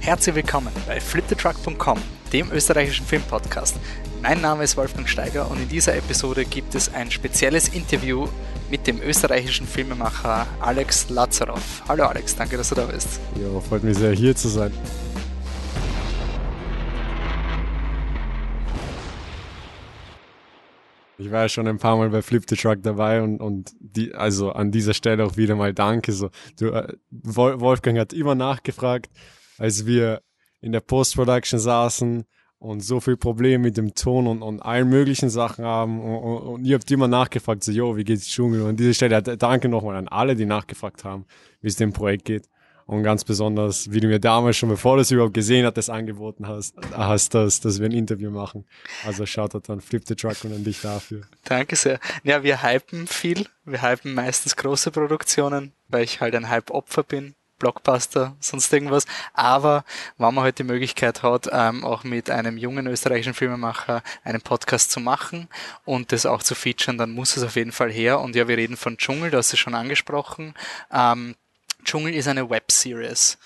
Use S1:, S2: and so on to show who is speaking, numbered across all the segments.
S1: Herzlich willkommen bei fliptetruck.com, dem österreichischen Filmpodcast. Mein Name ist Wolfgang Steiger und in dieser Episode gibt es ein spezielles Interview mit dem österreichischen Filmemacher Alex Lazarov. Hallo Alex, danke, dass du da bist.
S2: Ja, freut mich sehr, hier zu sein. Ich war ja schon ein paar Mal bei Flip the Truck dabei und also an dieser Stelle auch wieder mal danke. Wolfgang hat immer nachgefragt, als wir in der Post-Production saßen und so viel Probleme mit dem Ton und allen möglichen Sachen haben und ihr habt immer nachgefragt, so, jo, wie geht's Dschungel? Und an dieser Stelle danke nochmal an alle, die nachgefragt haben, wie es dem Projekt geht. Und ganz besonders, wie du mir damals schon, bevor du es überhaupt gesehen hattest, angeboten hast, dass wir ein Interview machen. Also Shoutout an Flip the Truck und an dich dafür.
S1: Danke sehr. Ja, wir hypen viel. Wir hypen meistens große Produktionen, weil ich halt ein Hype-Opfer bin. Blockbuster, sonst irgendwas. Aber wenn man halt die Möglichkeit hat, auch mit einem jungen österreichischen Filmemacher einen Podcast zu machen und das auch zu featuren, dann muss es auf jeden Fall her. Und ja, wir reden von Dschungel, du hast es schon angesprochen. Dschungel ist eine Webseries,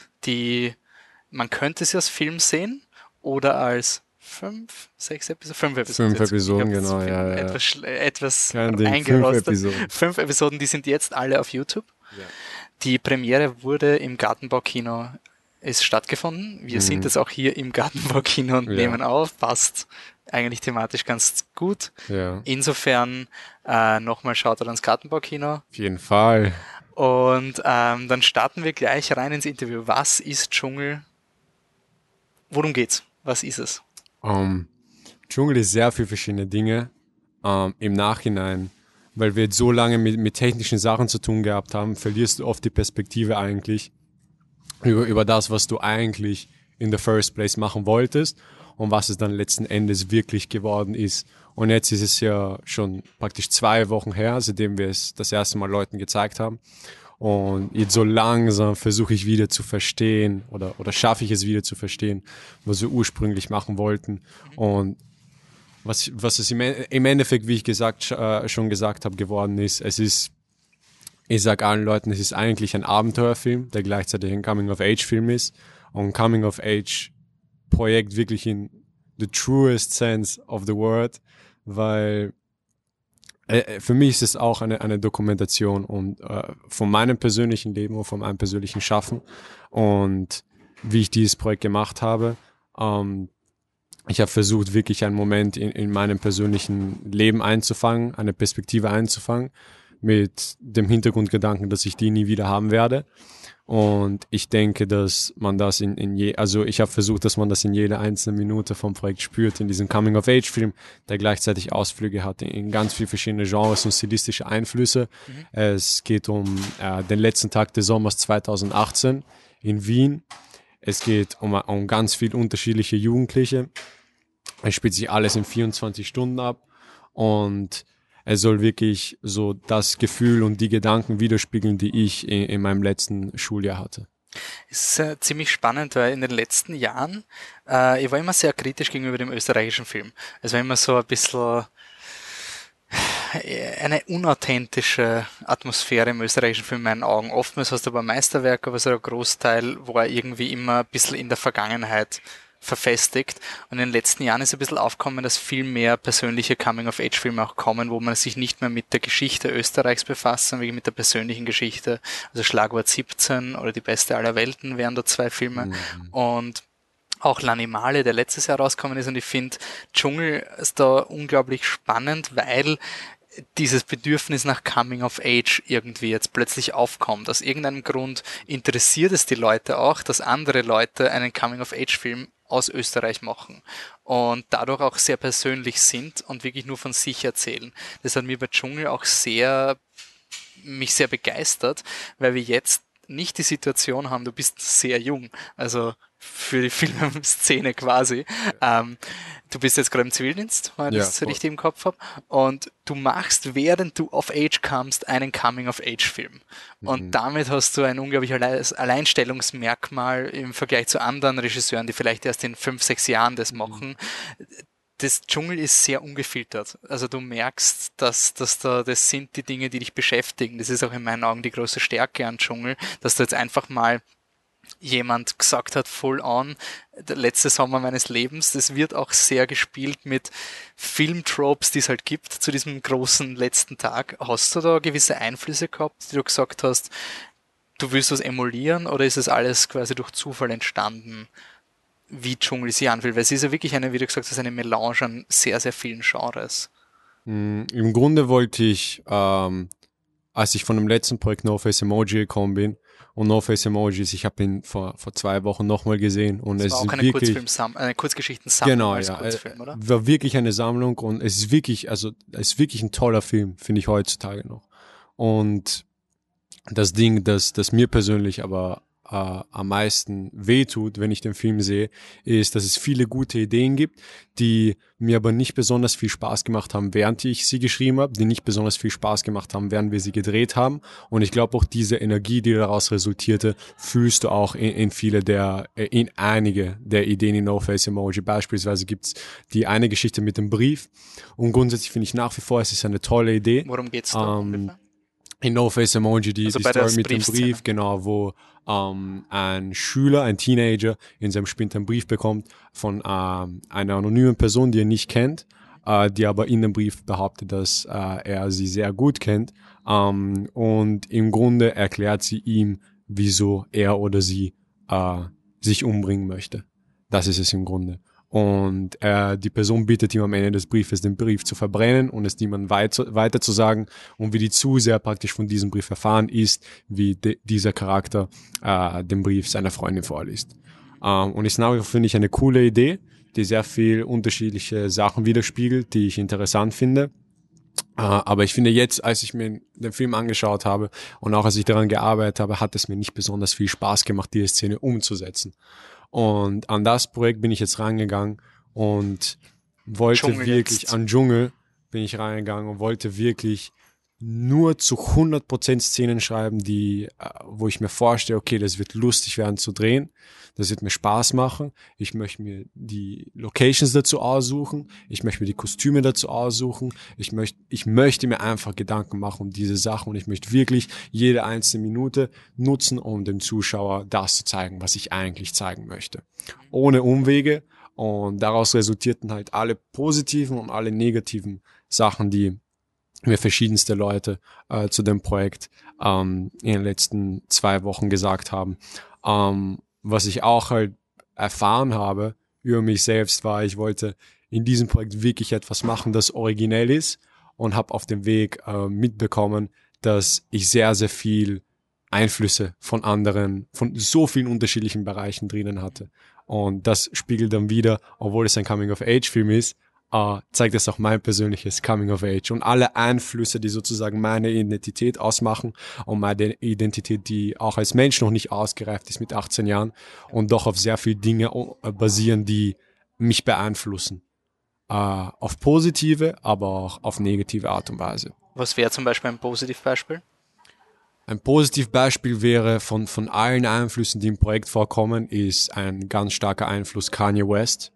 S1: man könnte sie als Film sehen oder als 5 Episoden.
S2: 5 Episoden, genau, ja.
S1: Etwas eingerostet. 5 Episoden, die sind jetzt alle auf YouTube. Ja. Die Premiere wurde im Gartenbaukino stattgefunden. Wir sind jetzt auch hier im Gartenbaukino und nehmen auf. Passt eigentlich thematisch ganz gut. Ja. Insofern nochmal Shoutout ans Gartenbaukino.
S2: Auf jeden Fall.
S1: Und dann starten wir gleich rein ins Interview. Was ist Dschungel? Worum geht's? Was ist es?
S2: Dschungel ist sehr viele verschiedene Dinge. Im Nachhinein, weil wir jetzt so lange mit technischen Sachen zu tun gehabt haben, verlierst du oft die Perspektive eigentlich über das, was du eigentlich in the first place machen wolltest und was es dann letzten Endes wirklich geworden ist. Und jetzt ist es ja schon praktisch 2 Wochen her, seitdem wir es das erste Mal Leuten gezeigt haben. Und jetzt so langsam versuche ich wieder zu verstehen oder schaffe ich es wieder zu verstehen, was wir ursprünglich machen wollten. Und was es im Endeffekt, wie ich schon gesagt habe, geworden ist, ich sage allen Leuten, es ist eigentlich ein Abenteuerfilm, der gleichzeitig ein Coming-of-Age-Film ist und ein Coming-of-Age-Projekt wirklich in the truest sense of the word, weil für mich ist es auch eine Dokumentation und von meinem persönlichen Leben und von meinem persönlichen Schaffen und wie ich dieses Projekt gemacht habe. Ich habe versucht, wirklich einen Moment in meinem persönlichen Leben einzufangen, eine Perspektive einzufangen, mit dem Hintergrundgedanken, dass ich die nie wieder haben werde. Und ich denke, dass man das ich habe versucht, dass man das in jeder einzelnen Minute vom Projekt spürt, in diesem Coming-of-Age-Film, der gleichzeitig Ausflüge hat in ganz viele verschiedene Genres und stilistische Einflüsse. Es geht um den letzten Tag des Sommers 2018 in Wien. Es geht um ganz viele unterschiedliche Jugendliche. Es spielt sich alles in 24 Stunden ab und es soll wirklich so das Gefühl und die Gedanken widerspiegeln, die ich in meinem letzten Schuljahr hatte.
S1: Es ist ziemlich spannend, weil in den letzten Jahren, ich war immer sehr kritisch gegenüber dem österreichischen Film. Es war immer so ein bisschen eine unauthentische Atmosphäre im österreichischen Film in meinen Augen. Oftmals hast du aber Meisterwerke, aber so ein Großteil war irgendwie immer ein bisschen in der Vergangenheit verfestigt. Und in den letzten Jahren ist ein bisschen aufgekommen, dass viel mehr persönliche Coming-of-Age-Filme auch kommen, wo man sich nicht mehr mit der Geschichte Österreichs befasst, sondern mit der persönlichen Geschichte. Also Schlagwort 17 oder Die Beste aller Welten wären da 2 Filme. Und auch L'Animale, der letztes Jahr rausgekommen ist. Und ich finde, Dschungel ist da unglaublich spannend, weil dieses Bedürfnis nach Coming of Age irgendwie jetzt plötzlich aufkommt. Aus irgendeinem Grund interessiert es die Leute auch, dass andere Leute einen Coming of Age Film aus Österreich machen und dadurch auch sehr persönlich sind und wirklich nur von sich erzählen. Das hat mir bei Dschungel auch mich sehr begeistert, weil wir jetzt nicht die Situation haben, du bist sehr jung, also für die Filmszene quasi. Du bist jetzt gerade im Zivildienst, wenn ich das richtig im Kopf habe, und du machst, während du auf Age kommst, einen Coming-of-Age-Film. Und damit hast du ein unglaubliches Alleinstellungsmerkmal im Vergleich zu anderen Regisseuren, die vielleicht erst in 5, 6 Jahren das machen. Das Dschungel ist sehr ungefiltert. Also du merkst, dass das sind die Dinge, die dich beschäftigen. Das ist auch in meinen Augen die große Stärke an Dschungel, dass du jetzt einfach mal jemand gesagt hat, full on, der letzte Sommer meines Lebens, das wird auch sehr gespielt mit Filmtropes, die es halt gibt zu diesem großen letzten Tag. Hast du da gewisse Einflüsse gehabt, die du gesagt hast, du willst das emulieren oder ist es alles quasi durch Zufall entstanden, wie Dschungel sich anfühlt? Weil es ist ja wirklich eine, wie du gesagt hast, eine Melange an sehr, sehr vielen Genres.
S2: Im Grunde wollte ich, als ich von dem letzten Projekt No Face Emoji gekommen bin, und No Face Emojis, ich habe ihn vor 2 Wochen nochmal gesehen und
S1: Das
S2: es
S1: war auch
S2: ist
S1: eine
S2: wirklich,
S1: eine Kurzgeschichtensammlung
S2: genau,
S1: als
S2: ja,
S1: Kurzfilm, oder?
S2: war wirklich eine Sammlung und es ist wirklich, also es ist wirklich ein toller Film, finde ich heutzutage noch. Und das Ding, das mir persönlich aber am meisten wehtut, wenn ich den Film sehe, ist, dass es viele gute Ideen gibt, die mir aber nicht besonders viel Spaß gemacht haben, während ich sie geschrieben habe, die nicht besonders viel Spaß gemacht haben, während wir sie gedreht haben. Und ich glaube auch diese Energie, die daraus resultierte, fühlst du auch in einige der Ideen in No Face Emoji. Beispielsweise gibt's die eine Geschichte mit dem Brief. Und grundsätzlich finde ich nach wie vor, es ist eine tolle Idee.
S1: Worum geht's da ungefähr?
S2: In No Face Emoji, die
S1: Also bei der
S2: Story mit dem
S1: Briefszene.
S2: Brief, genau, wo ein Schüler, ein Teenager in seinem Spind einen Brief bekommt von einer anonymen Person, die er nicht kennt, die aber in dem Brief behauptet, dass er sie sehr gut kennt. Und im Grunde erklärt sie ihm, wieso er oder sie sich umbringen möchte. Das ist es im Grunde. Und die Person bittet ihm am Ende des Briefes, den Brief zu verbrennen und es niemandem weiter zu sagen. Und wie die Zuseher praktisch von diesem Brief erfahren, ist, wie dieser Charakter den Brief seiner Freundin vorliest. Und ist nach wie vor, finde ich, eine coole Idee, die sehr viel unterschiedliche Sachen widerspiegelt, die ich interessant finde. Aber ich finde jetzt, als ich mir den Film angeschaut habe und auch als ich daran gearbeitet habe, hat es mir nicht besonders viel Spaß gemacht, diese Szene umzusetzen. Und an das Projekt bin ich jetzt rangegangen und wollte
S1: Dschungel
S2: wirklich,
S1: jetzt.
S2: an Dschungel bin ich reingegangen und wollte wirklich nur zu 100% Szenen schreiben, wo ich mir vorstelle, okay, das wird lustig werden zu drehen, das wird mir Spaß machen, ich möchte mir die Locations dazu aussuchen, ich möchte mir die Kostüme dazu aussuchen, ich möchte mir einfach Gedanken machen um diese Sachen und ich möchte wirklich jede einzelne Minute nutzen, um dem Zuschauer das zu zeigen, was ich eigentlich zeigen möchte. Ohne Umwege, und daraus resultierten halt alle positiven und alle negativen Sachen, die mir verschiedenste Leute zu dem Projekt in den letzten 2 Wochen gesagt haben. Was ich auch halt erfahren habe über mich selbst war, ich wollte in diesem Projekt wirklich etwas machen, das originell ist, und habe auf dem Weg mitbekommen, dass ich sehr, sehr viel Einflüsse von anderen, von so vielen unterschiedlichen Bereichen drinnen hatte. Und das spiegelt dann wieder, obwohl es ein Coming-of-Age-Film ist, zeigt es auch mein persönliches Coming of Age und alle Einflüsse, die sozusagen meine Identität ausmachen und meine Identität, die auch als Mensch noch nicht ausgereift ist mit 18 Jahren und doch auf sehr viele Dinge basieren, die mich beeinflussen. Auf positive, aber auch auf negative Art und Weise.
S1: Was wäre zum Beispiel ein Positivbeispiel?
S2: Ein Positivbeispiel wäre von allen Einflüssen, die im Projekt vorkommen, ist ein ganz starker Einfluss Kanye West.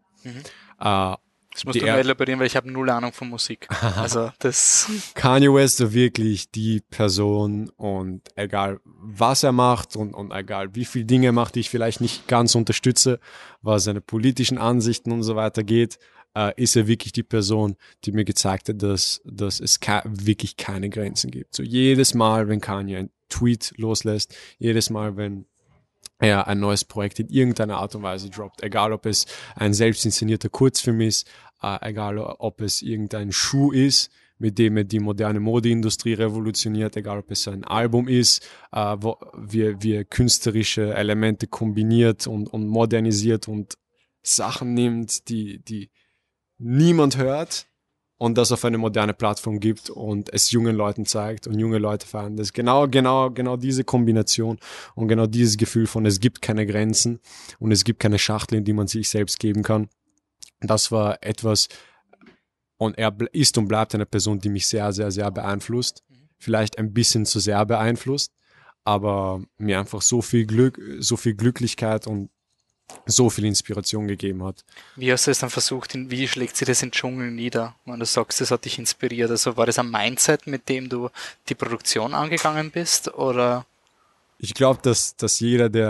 S1: Das musst du mir elaborieren, weil ich habe null Ahnung von Musik. Also das.
S2: Kanye West ist wirklich die Person, und egal was er macht und egal wie viele Dinge er macht, die ich vielleicht nicht ganz unterstütze, was seine politischen Ansichten und so weiter geht, ist er wirklich die Person, die mir gezeigt hat, dass es wirklich keine Grenzen gibt. So jedes Mal, wenn Kanye einen Tweet loslässt, jedes Mal, wenn er ein neues Projekt in irgendeiner Art und Weise droppt. Egal, ob es ein selbst inszenierter Kurzfilm ist, egal, ob es irgendein Schuh ist, mit dem er die moderne Modeindustrie revolutioniert, egal, ob es ein Album ist, wo wir künstlerische Elemente kombiniert und modernisiert und Sachen nimmt, die niemand hört, und das auf eine moderne Plattform gibt und es jungen Leuten zeigt und junge Leute feiern. Das ist genau diese Kombination und genau dieses Gefühl von, es gibt keine Grenzen und es gibt keine Schachtel, in die man sich selbst geben kann. Das war etwas, und er ist und bleibt eine Person, die mich sehr, sehr, sehr beeinflusst. Vielleicht ein bisschen zu sehr beeinflusst, aber mir einfach so viel Glück, so viel Glücklichkeit und so viel Inspiration gegeben hat.
S1: Wie hast du es dann versucht, wie schlägt sich das im Dschungel nieder, wenn du sagst, das hat dich inspiriert? Also war das ein Mindset, mit dem du die Produktion angegangen bist, oder?
S2: Ich glaube, dass jeder, der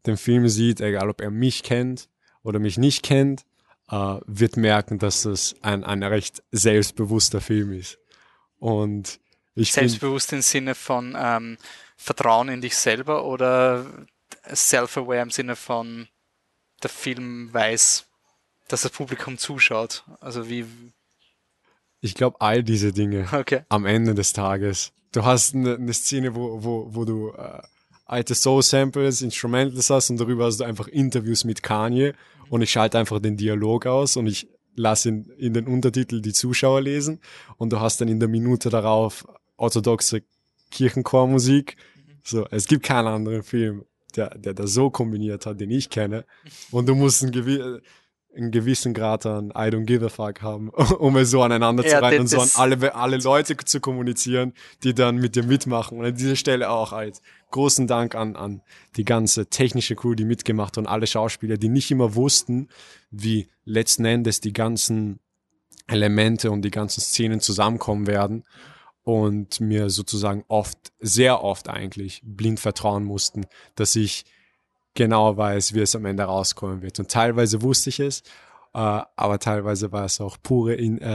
S2: den Film sieht, egal ob er mich kennt oder mich nicht kennt, wird merken, dass das ein recht selbstbewusster Film ist. Und ich finde,
S1: Selbstbewusst im Sinne von Vertrauen in dich selber oder self-aware im Sinne von der Film weiß, dass das Publikum zuschaut. Also wie.
S2: ich glaube, all diese Dinge
S1: Okay.
S2: am Ende des Tages. Du hast eine Szene, wo du alte Soul-Samples, Instrumentals hast und darüber hast du einfach Interviews mit Kanye und ich schalte einfach den Dialog aus und ich lasse in den Untertitel die Zuschauer lesen und du hast dann in der Minute darauf orthodoxe Kirchenchormusik. So, es gibt keinen anderen Film, der das so kombiniert hat, den ich kenne. Und du musst einen gewissen Grad an I don't give a fuck haben, um es so aneinander zu reihen und so an alle Leute zu kommunizieren, die dann mit dir mitmachen. Und an dieser Stelle auch als großen Dank an die ganze technische Crew, die mitgemacht hat und alle Schauspieler, die nicht immer wussten, wie letzten Endes die ganzen Elemente und die ganzen Szenen zusammenkommen werden und mir sozusagen sehr oft eigentlich blind vertrauen mussten, dass ich genau weiß, wie es am Ende rauskommen wird. Und teilweise wusste ich es, aber teilweise war es auch pure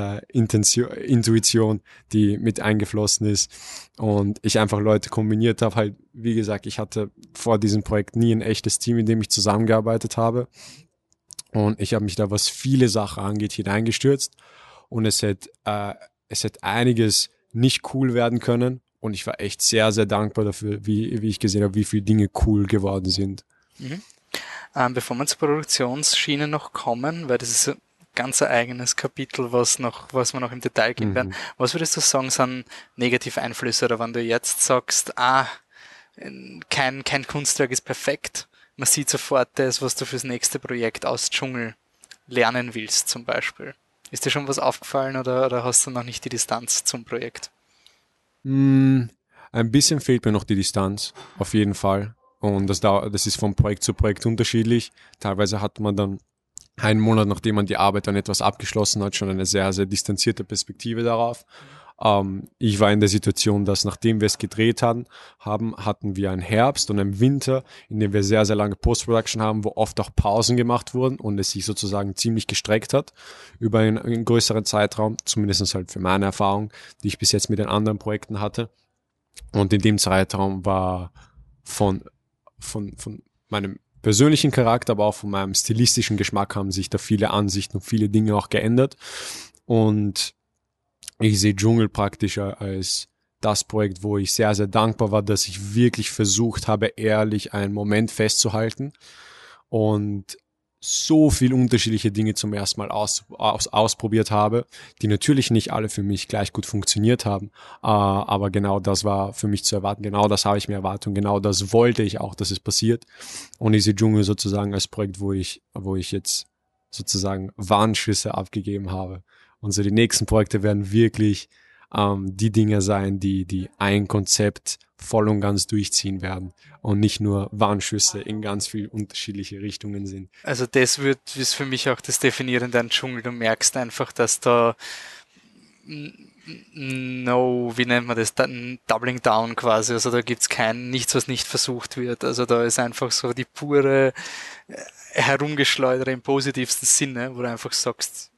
S2: Intuition, die mit eingeflossen ist. Und ich einfach Leute kombiniert habe. Halt, wie gesagt, ich hatte vor diesem Projekt nie ein echtes Team, in dem ich zusammengearbeitet habe. Und ich habe mich da, was viele Sachen angeht, hineingestürzt. Und es hätte einiges nicht cool werden können. Und ich war echt sehr, sehr dankbar dafür, wie ich gesehen habe, wie viele Dinge cool geworden sind.
S1: Mhm. Bevor wir zur Produktionsschiene noch kommen, weil das ist ein ganz eigenes Kapitel, was wir noch im Detail gehen werden. Was würdest du sagen, sind negative Einflüsse, oder wenn du jetzt sagst, kein Kunstwerk ist perfekt, man sieht sofort das, was du fürs nächste Projekt aus Dschungel lernen willst, zum Beispiel. Ist dir schon was aufgefallen oder hast du noch nicht die Distanz zum Projekt?
S2: Ein bisschen fehlt mir noch die Distanz, auf jeden Fall. Und das ist von Projekt zu Projekt unterschiedlich. Teilweise hat man dann einen Monat, nachdem man die Arbeit an etwas abgeschlossen hat, schon eine sehr, sehr distanzierte Perspektive darauf. Ich war in der Situation, dass nachdem wir es gedreht haben, hatten wir einen Herbst und einen Winter, in dem wir sehr, sehr lange Post-Production haben, wo oft auch Pausen gemacht wurden und es sich sozusagen ziemlich gestreckt hat über einen größeren Zeitraum, zumindest halt für meine Erfahrung, die ich bis jetzt mit den anderen Projekten hatte. Und in dem Zeitraum war von meinem persönlichen Charakter, aber auch von meinem stilistischen Geschmack haben sich da viele Ansichten und viele Dinge auch geändert. Und ich sehe Dschungel praktisch als das Projekt, wo ich sehr, sehr dankbar war, dass ich wirklich versucht habe, ehrlich einen Moment festzuhalten und so viel unterschiedliche Dinge zum ersten Mal ausprobiert habe, die natürlich nicht alle für mich gleich gut funktioniert haben, aber genau das war für mich zu erwarten, genau das habe ich mir erwartet und genau das wollte ich auch, dass es passiert. Und ich sehe Dschungel sozusagen als Projekt, wo ich jetzt sozusagen Warnschüsse abgegeben habe. Und so die nächsten Projekte werden wirklich die Dinge sein, die ein Konzept voll und ganz durchziehen werden und nicht nur Warnschüsse in ganz viele unterschiedliche Richtungen sind.
S1: Also das ist für mich auch das Definierende an Dschungel. Du merkst einfach, dass da wie nennt man das, Doubling Down quasi. Also da gibt's nichts, was nicht versucht wird. Also da ist einfach so die pure Herumgeschleudere im positivsten Sinne, wo du einfach sagst,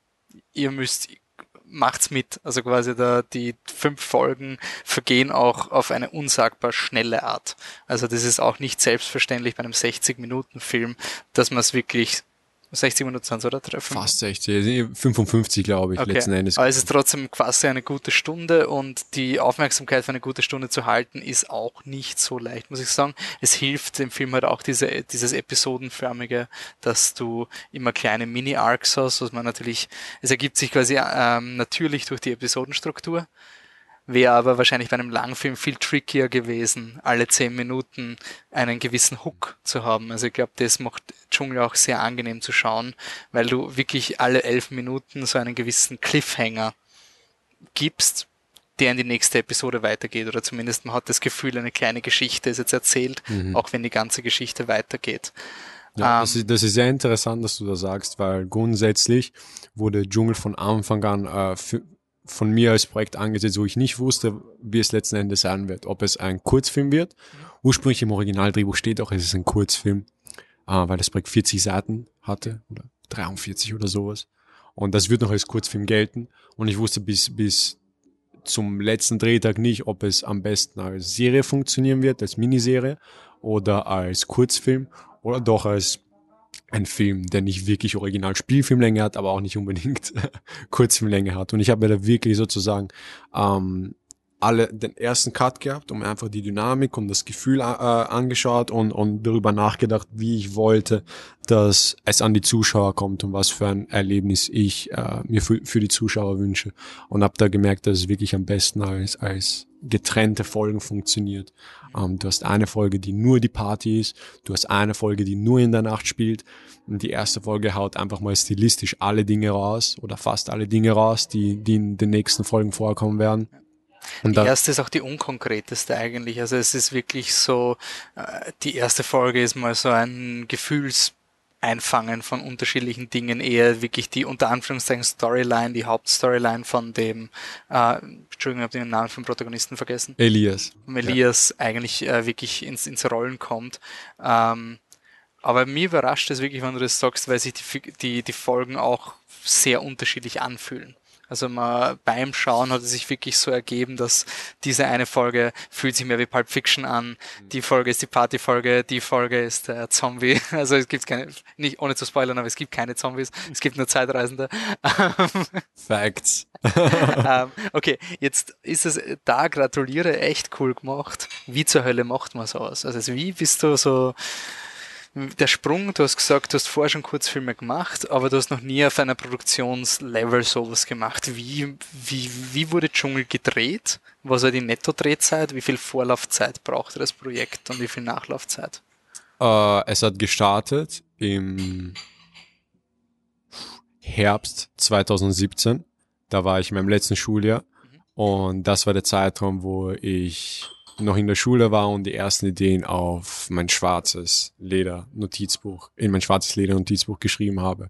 S1: macht's mit. Also quasi die 5 Folgen vergehen auch auf eine unsagbar schnelle Art. Also das ist auch nicht selbstverständlich bei einem 60-Minuten-Film, dass man es wirklich 60 Minuten sind, oder?
S2: Fast 60, 55 glaube ich, letzten Endes.
S1: Aber es ist trotzdem quasi eine gute Stunde und die Aufmerksamkeit für eine gute Stunde zu halten, ist auch nicht so leicht, muss ich sagen. Es hilft dem Film halt auch dieses Episodenförmige, dass du immer kleine Mini-Arcs hast, was man natürlich, es ergibt sich quasi natürlich durch die Episodenstruktur. Wäre aber wahrscheinlich bei einem Langfilm viel trickier gewesen, alle 10 Minuten einen gewissen Hook zu haben. Also ich glaube, das macht Dschungel auch sehr angenehm zu schauen, weil du wirklich alle 11 Minuten so einen gewissen Cliffhanger gibst, der in die nächste Episode weitergeht. Oder zumindest man hat das Gefühl, eine kleine Geschichte ist jetzt erzählt, auch wenn die ganze Geschichte weitergeht.
S2: Ja, das ist sehr interessant, dass du das sagst, weil grundsätzlich wurde Dschungel von Anfang an von mir als Projekt angesetzt, wo ich nicht wusste, wie es letzten Endes sein wird. Ob es ein Kurzfilm wird Ursprünglich im Originaldrehbuch steht auch, es ist ein Kurzfilm, weil das Projekt 40 Seiten hatte oder 43 oder sowas. Und das wird noch als Kurzfilm gelten. Und ich wusste bis zum letzten Drehtag nicht, ob es am besten als Serie funktionieren wird, als Miniserie oder als Kurzfilm oder doch als ein Film, der nicht wirklich original Spielfilmlänge hat, aber auch nicht unbedingt Kurzfilmlänge hat. Und ich habe mir da wirklich sozusagen den ersten Cut gehabt, um einfach die Dynamik und das Gefühl angeschaut und darüber nachgedacht, wie ich wollte, dass es an die Zuschauer kommt und was für ein Erlebnis ich mir für die Zuschauer wünsche. Und habe da gemerkt, dass es wirklich am besten als getrennte Folgen funktioniert. Du hast eine Folge, die nur die Party ist, du hast eine Folge, die nur in der Nacht spielt, und die erste Folge haut einfach mal stilistisch alle Dinge raus oder fast alle Dinge raus, die in den nächsten Folgen vorkommen werden. Und
S1: die erste ist auch die unkonkreteste eigentlich. Also es ist wirklich so, die erste Folge ist mal so ein Gefühlseinfangen von unterschiedlichen Dingen, eher wirklich die unter Anführungszeichen Storyline, die Hauptstoryline von dem, Entschuldigung, ich habe den Namen vom Protagonisten vergessen.
S2: Elias.
S1: Elias eigentlich wirklich ins Rollen kommt. Aber mir überrascht es wirklich, wenn du das sagst, weil sich die Folgen auch sehr unterschiedlich anfühlen. Also beim Schauen hat es sich wirklich so ergeben, dass diese eine Folge fühlt sich mehr wie Pulp Fiction an, die Folge ist die Partyfolge, die Folge ist der Zombie. Also es gibt keine, nicht ohne zu spoilern, aber es gibt keine Zombies, es gibt nur Zeitreisende.
S2: Facts.
S1: Okay, jetzt ist es da, gratuliere, echt cool gemacht. Wie zur Hölle macht man sowas? Also wie bist du so... Der Sprung, du hast gesagt, du hast vorher schon Kurzfilme gemacht, aber du hast noch nie auf einer Produktionslevel sowas gemacht. Wie wurde Dschungel gedreht? Was war die Netto-Drehzeit? Wie viel Vorlaufzeit brauchte das Projekt und wie viel Nachlaufzeit?
S2: Es hat gestartet im Herbst 2017. Da war ich in meinem letzten Schuljahr. Und das war der Zeitraum, wo ich noch in der Schule war und die ersten Ideen auf in mein schwarzes Leder-Notizbuch geschrieben habe.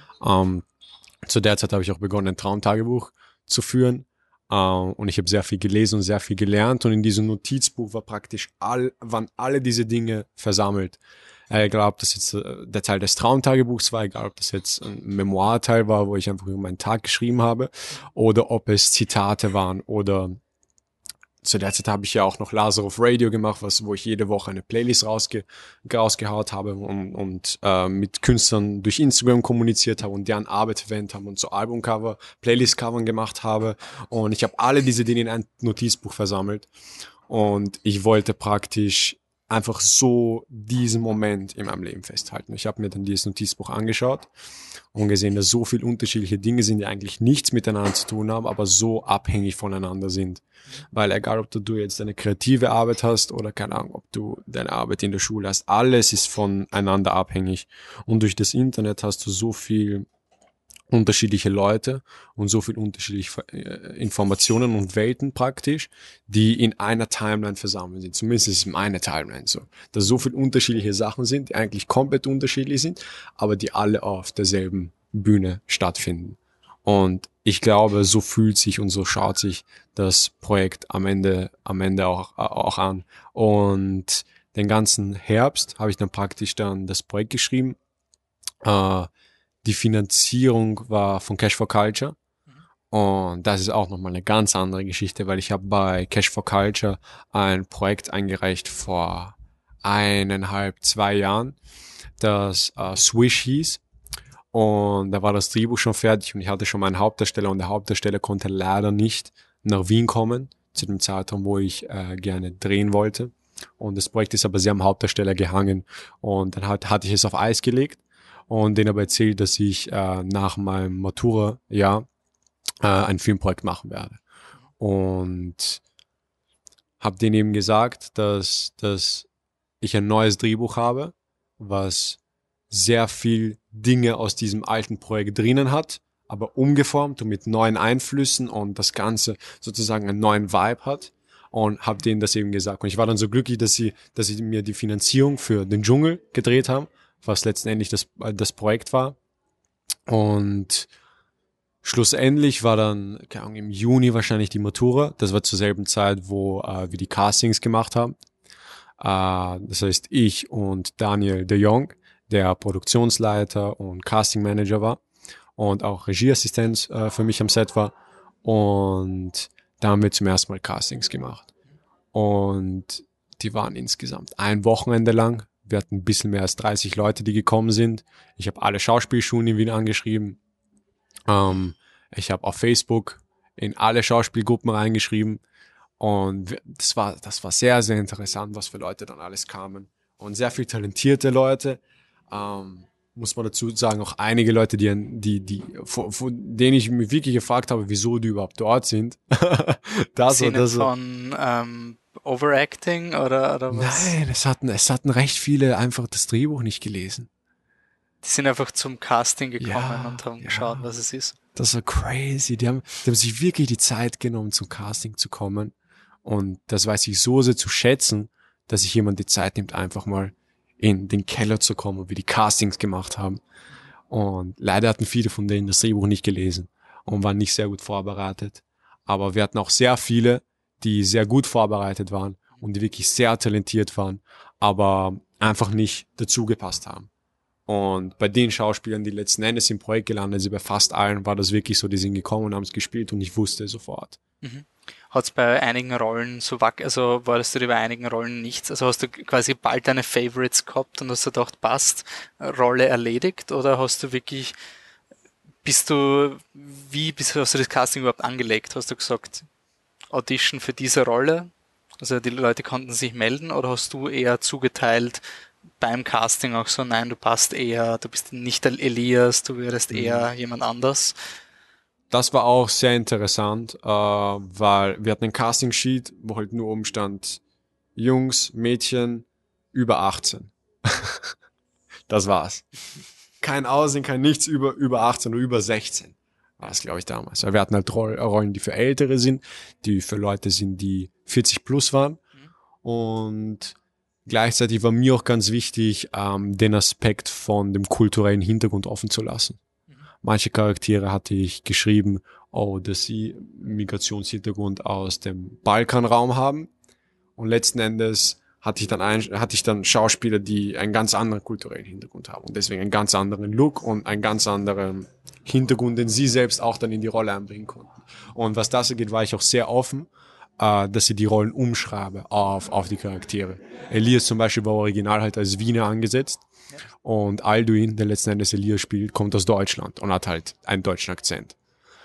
S2: Zu der Zeit habe ich auch begonnen, ein Traumtagebuch zu führen. Und ich habe sehr viel gelesen und sehr viel gelernt. Und in diesem Notizbuch waren alle diese Dinge versammelt. Egal, ob das jetzt der Teil des Traumtagebuchs war, egal, ob das jetzt ein Memoirteil war, wo ich einfach über meinen Tag geschrieben habe, oder ob es Zitate waren oder zu der Zeit habe ich ja auch noch Lazarov Radio gemacht, wo ich jede Woche eine Playlist rausgehaut habe und mit Künstlern durch Instagram kommuniziert habe und deren Arbeit verwendet habe und so Albumcover, Playlistcovern gemacht habe. Und ich habe alle diese Dinge in ein Notizbuch versammelt. Und ich wollte praktisch einfach so diesen Moment in meinem Leben festhalten. Ich habe mir dann dieses Notizbuch angeschaut und gesehen, dass so viele unterschiedliche Dinge sind, die eigentlich nichts miteinander zu tun haben, aber so abhängig voneinander sind. Weil egal, ob du jetzt eine kreative Arbeit hast oder keine Ahnung, ob du deine Arbeit in der Schule hast, alles ist voneinander abhängig. Und durch das Internet hast du so viel unterschiedliche Leute und so viel unterschiedliche Informationen und Welten praktisch, die in einer Timeline versammelt sind. Zumindest ist es in einer Timeline so. Dass so viele unterschiedliche Sachen sind, die eigentlich komplett unterschiedlich sind, aber die alle auf derselben Bühne stattfinden. Und ich glaube, so fühlt sich und so schaut sich das Projekt am Ende auch an. Und den ganzen Herbst habe ich dann praktisch das Projekt geschrieben. Die Finanzierung war von Cash for Culture. Und das ist auch nochmal eine ganz andere Geschichte, weil ich habe bei Cash for Culture ein Projekt eingereicht vor 2 Jahren, das Swish hieß. Und da war das Drehbuch schon fertig und ich hatte schon meinen Hauptdarsteller und der Hauptdarsteller konnte leider nicht nach Wien kommen, zu dem Zeitraum, wo ich gerne drehen wollte. Und das Projekt ist aber sehr am Hauptdarsteller gehangen. Und dann hatte ich es auf Eis gelegt und denen aber erzählt, dass ich nach meinem Matura-Jahr ein Filmprojekt machen werde. Und habe denen eben gesagt, dass ich ein neues Drehbuch habe, was sehr viel Dinge aus diesem alten Projekt drinnen hat, aber umgeformt und mit neuen Einflüssen und das Ganze sozusagen einen neuen Vibe hat. Und habe denen das eben gesagt. Und ich war dann so glücklich, dass sie mir die Finanzierung für den Dschungel gedreht haben, was letztendlich das Projekt war. Und schlussendlich war dann, keine Ahnung, im Juni wahrscheinlich die Matura. Das war zur selben Zeit, wo wir die Castings gemacht haben. Das heißt, ich und Daniel de Jong, der Produktionsleiter und Casting Manager war und auch Regieassistent für mich am Set war. Und da haben wir zum ersten Mal Castings gemacht. Und die waren insgesamt ein Wochenende lang. Wir hatten ein bisschen mehr als 30 Leute, die gekommen sind. Ich habe alle Schauspielschulen in Wien angeschrieben. Ich habe auf Facebook in alle Schauspielgruppen reingeschrieben. Und das war sehr, sehr interessant, was für Leute dann alles kamen. Und sehr viel talentierte Leute. Muss man dazu sagen, auch einige Leute, von denen ich mich wirklich gefragt habe, wieso die überhaupt dort sind.
S1: Von Overacting oder was?
S2: Nein, es hatten recht viele einfach das Drehbuch nicht gelesen.
S1: Die sind einfach zum Casting gekommen und haben geschaut, was es ist.
S2: Das war crazy. Die haben sich wirklich die Zeit genommen, zum Casting zu kommen. Und das weiß ich so sehr zu schätzen, dass sich jemand die Zeit nimmt, einfach mal in den Keller zu kommen, wo wir die Castings gemacht haben. Und leider hatten viele von denen das Drehbuch nicht gelesen und waren nicht sehr gut vorbereitet. Aber wir hatten auch sehr viele, die sehr gut vorbereitet waren und die wirklich sehr talentiert waren, aber einfach nicht dazu gepasst haben. Und bei den Schauspielern, die letzten Endes im Projekt gelandet sind, bei fast allen war das wirklich so, die sind gekommen und haben es gespielt und ich wusste sofort.
S1: Mhm. Hat es bei einigen Rollen also war das dir bei einigen Rollen nichts? Also hast du quasi bald deine Favorites gehabt und hast du gedacht, passt, Rolle erledigt? Oder hast du wirklich, hast du das Casting überhaupt angelegt? Hast du gesagt, Audition für diese Rolle? Also die Leute konnten sich melden oder hast du eher zugeteilt beim Casting auch so, nein, du passt eher, du bist nicht der Elias, du wärst eher jemand anders?
S2: Das war auch sehr interessant, weil wir hatten ein Casting-Sheet, wo halt nur oben stand, Jungs, Mädchen, über 18. Das war's. Kein Aussehen, kein nichts über 18 oder über 16. War das, glaube ich, damals. Weil wir hatten halt Rollen, die für Ältere sind, die für Leute sind, die 40 plus waren. Und gleichzeitig war mir auch ganz wichtig, den Aspekt von dem kulturellen Hintergrund offen zu lassen. Manche Charaktere hatte ich geschrieben, dass sie Migrationshintergrund aus dem Balkanraum haben. Und letzten Endes hatte ich dann Schauspieler, die einen ganz anderen kulturellen Hintergrund haben und deswegen einen ganz anderen Look und einen ganz anderen Hintergrund, den sie selbst auch dann in die Rolle einbringen konnten. Und was das angeht, war ich auch sehr offen, dass ich die Rollen umschreibe auf die Charaktere. Elias zum Beispiel war original halt als Wiener angesetzt. Und Alduin, der letzten Endes Elias spielt, kommt aus Deutschland und hat halt einen deutschen Akzent.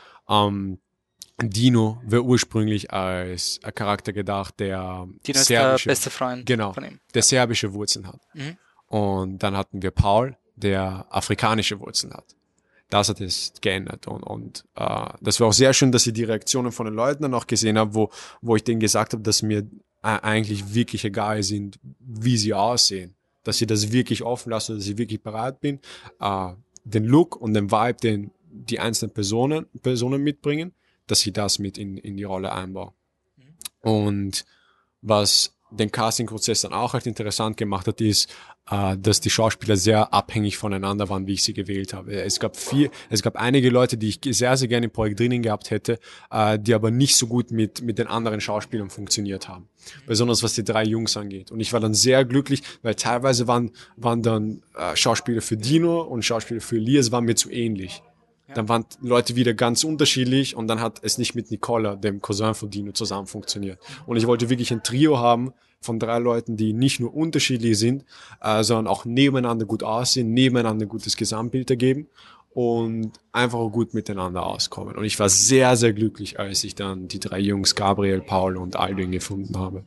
S2: Dino war ursprünglich als ein Charakter gedacht, der
S1: Dino ist der beste Freund
S2: von ihm. Der serbische Wurzeln hat. Und dann hatten wir Paul, der afrikanische Wurzeln hat. Das hat es geändert und das war auch sehr schön, dass ich die Reaktionen von den Leuten dann auch gesehen habe, wo ich denen gesagt habe, dass mir eigentlich wirklich egal sind, wie sie aussehen. Dass ich das wirklich offen lasse, dass ich wirklich bereit bin, den Look und den Vibe, den die einzelnen Personen mitbringen, dass ich das mit in die Rolle einbaue. Und was den Casting-Prozess dann auch halt interessant gemacht hat, ist, dass die Schauspieler sehr abhängig voneinander waren, wie ich sie gewählt habe. Es gab einige Leute, die ich sehr, sehr gerne im Projekt drinnen gehabt hätte, die aber nicht so gut mit den anderen Schauspielern funktioniert haben. Besonders was die 3 Jungs angeht. Und ich war dann sehr glücklich, weil teilweise waren dann Schauspieler für Dino und Schauspieler für Elias waren mir zu ähnlich. Dann waren Leute wieder ganz unterschiedlich und dann hat es nicht mit Nicola, dem Cousin von Dino, zusammen funktioniert. Und ich wollte wirklich ein Trio haben von 3 Leuten, die nicht nur unterschiedlich sind, sondern auch nebeneinander gut aussehen, nebeneinander ein gutes Gesamtbild ergeben und einfach gut miteinander auskommen. Und ich war sehr, sehr glücklich, als ich dann die 3 Jungs, Gabriel, Paul und Aldwin gefunden habe.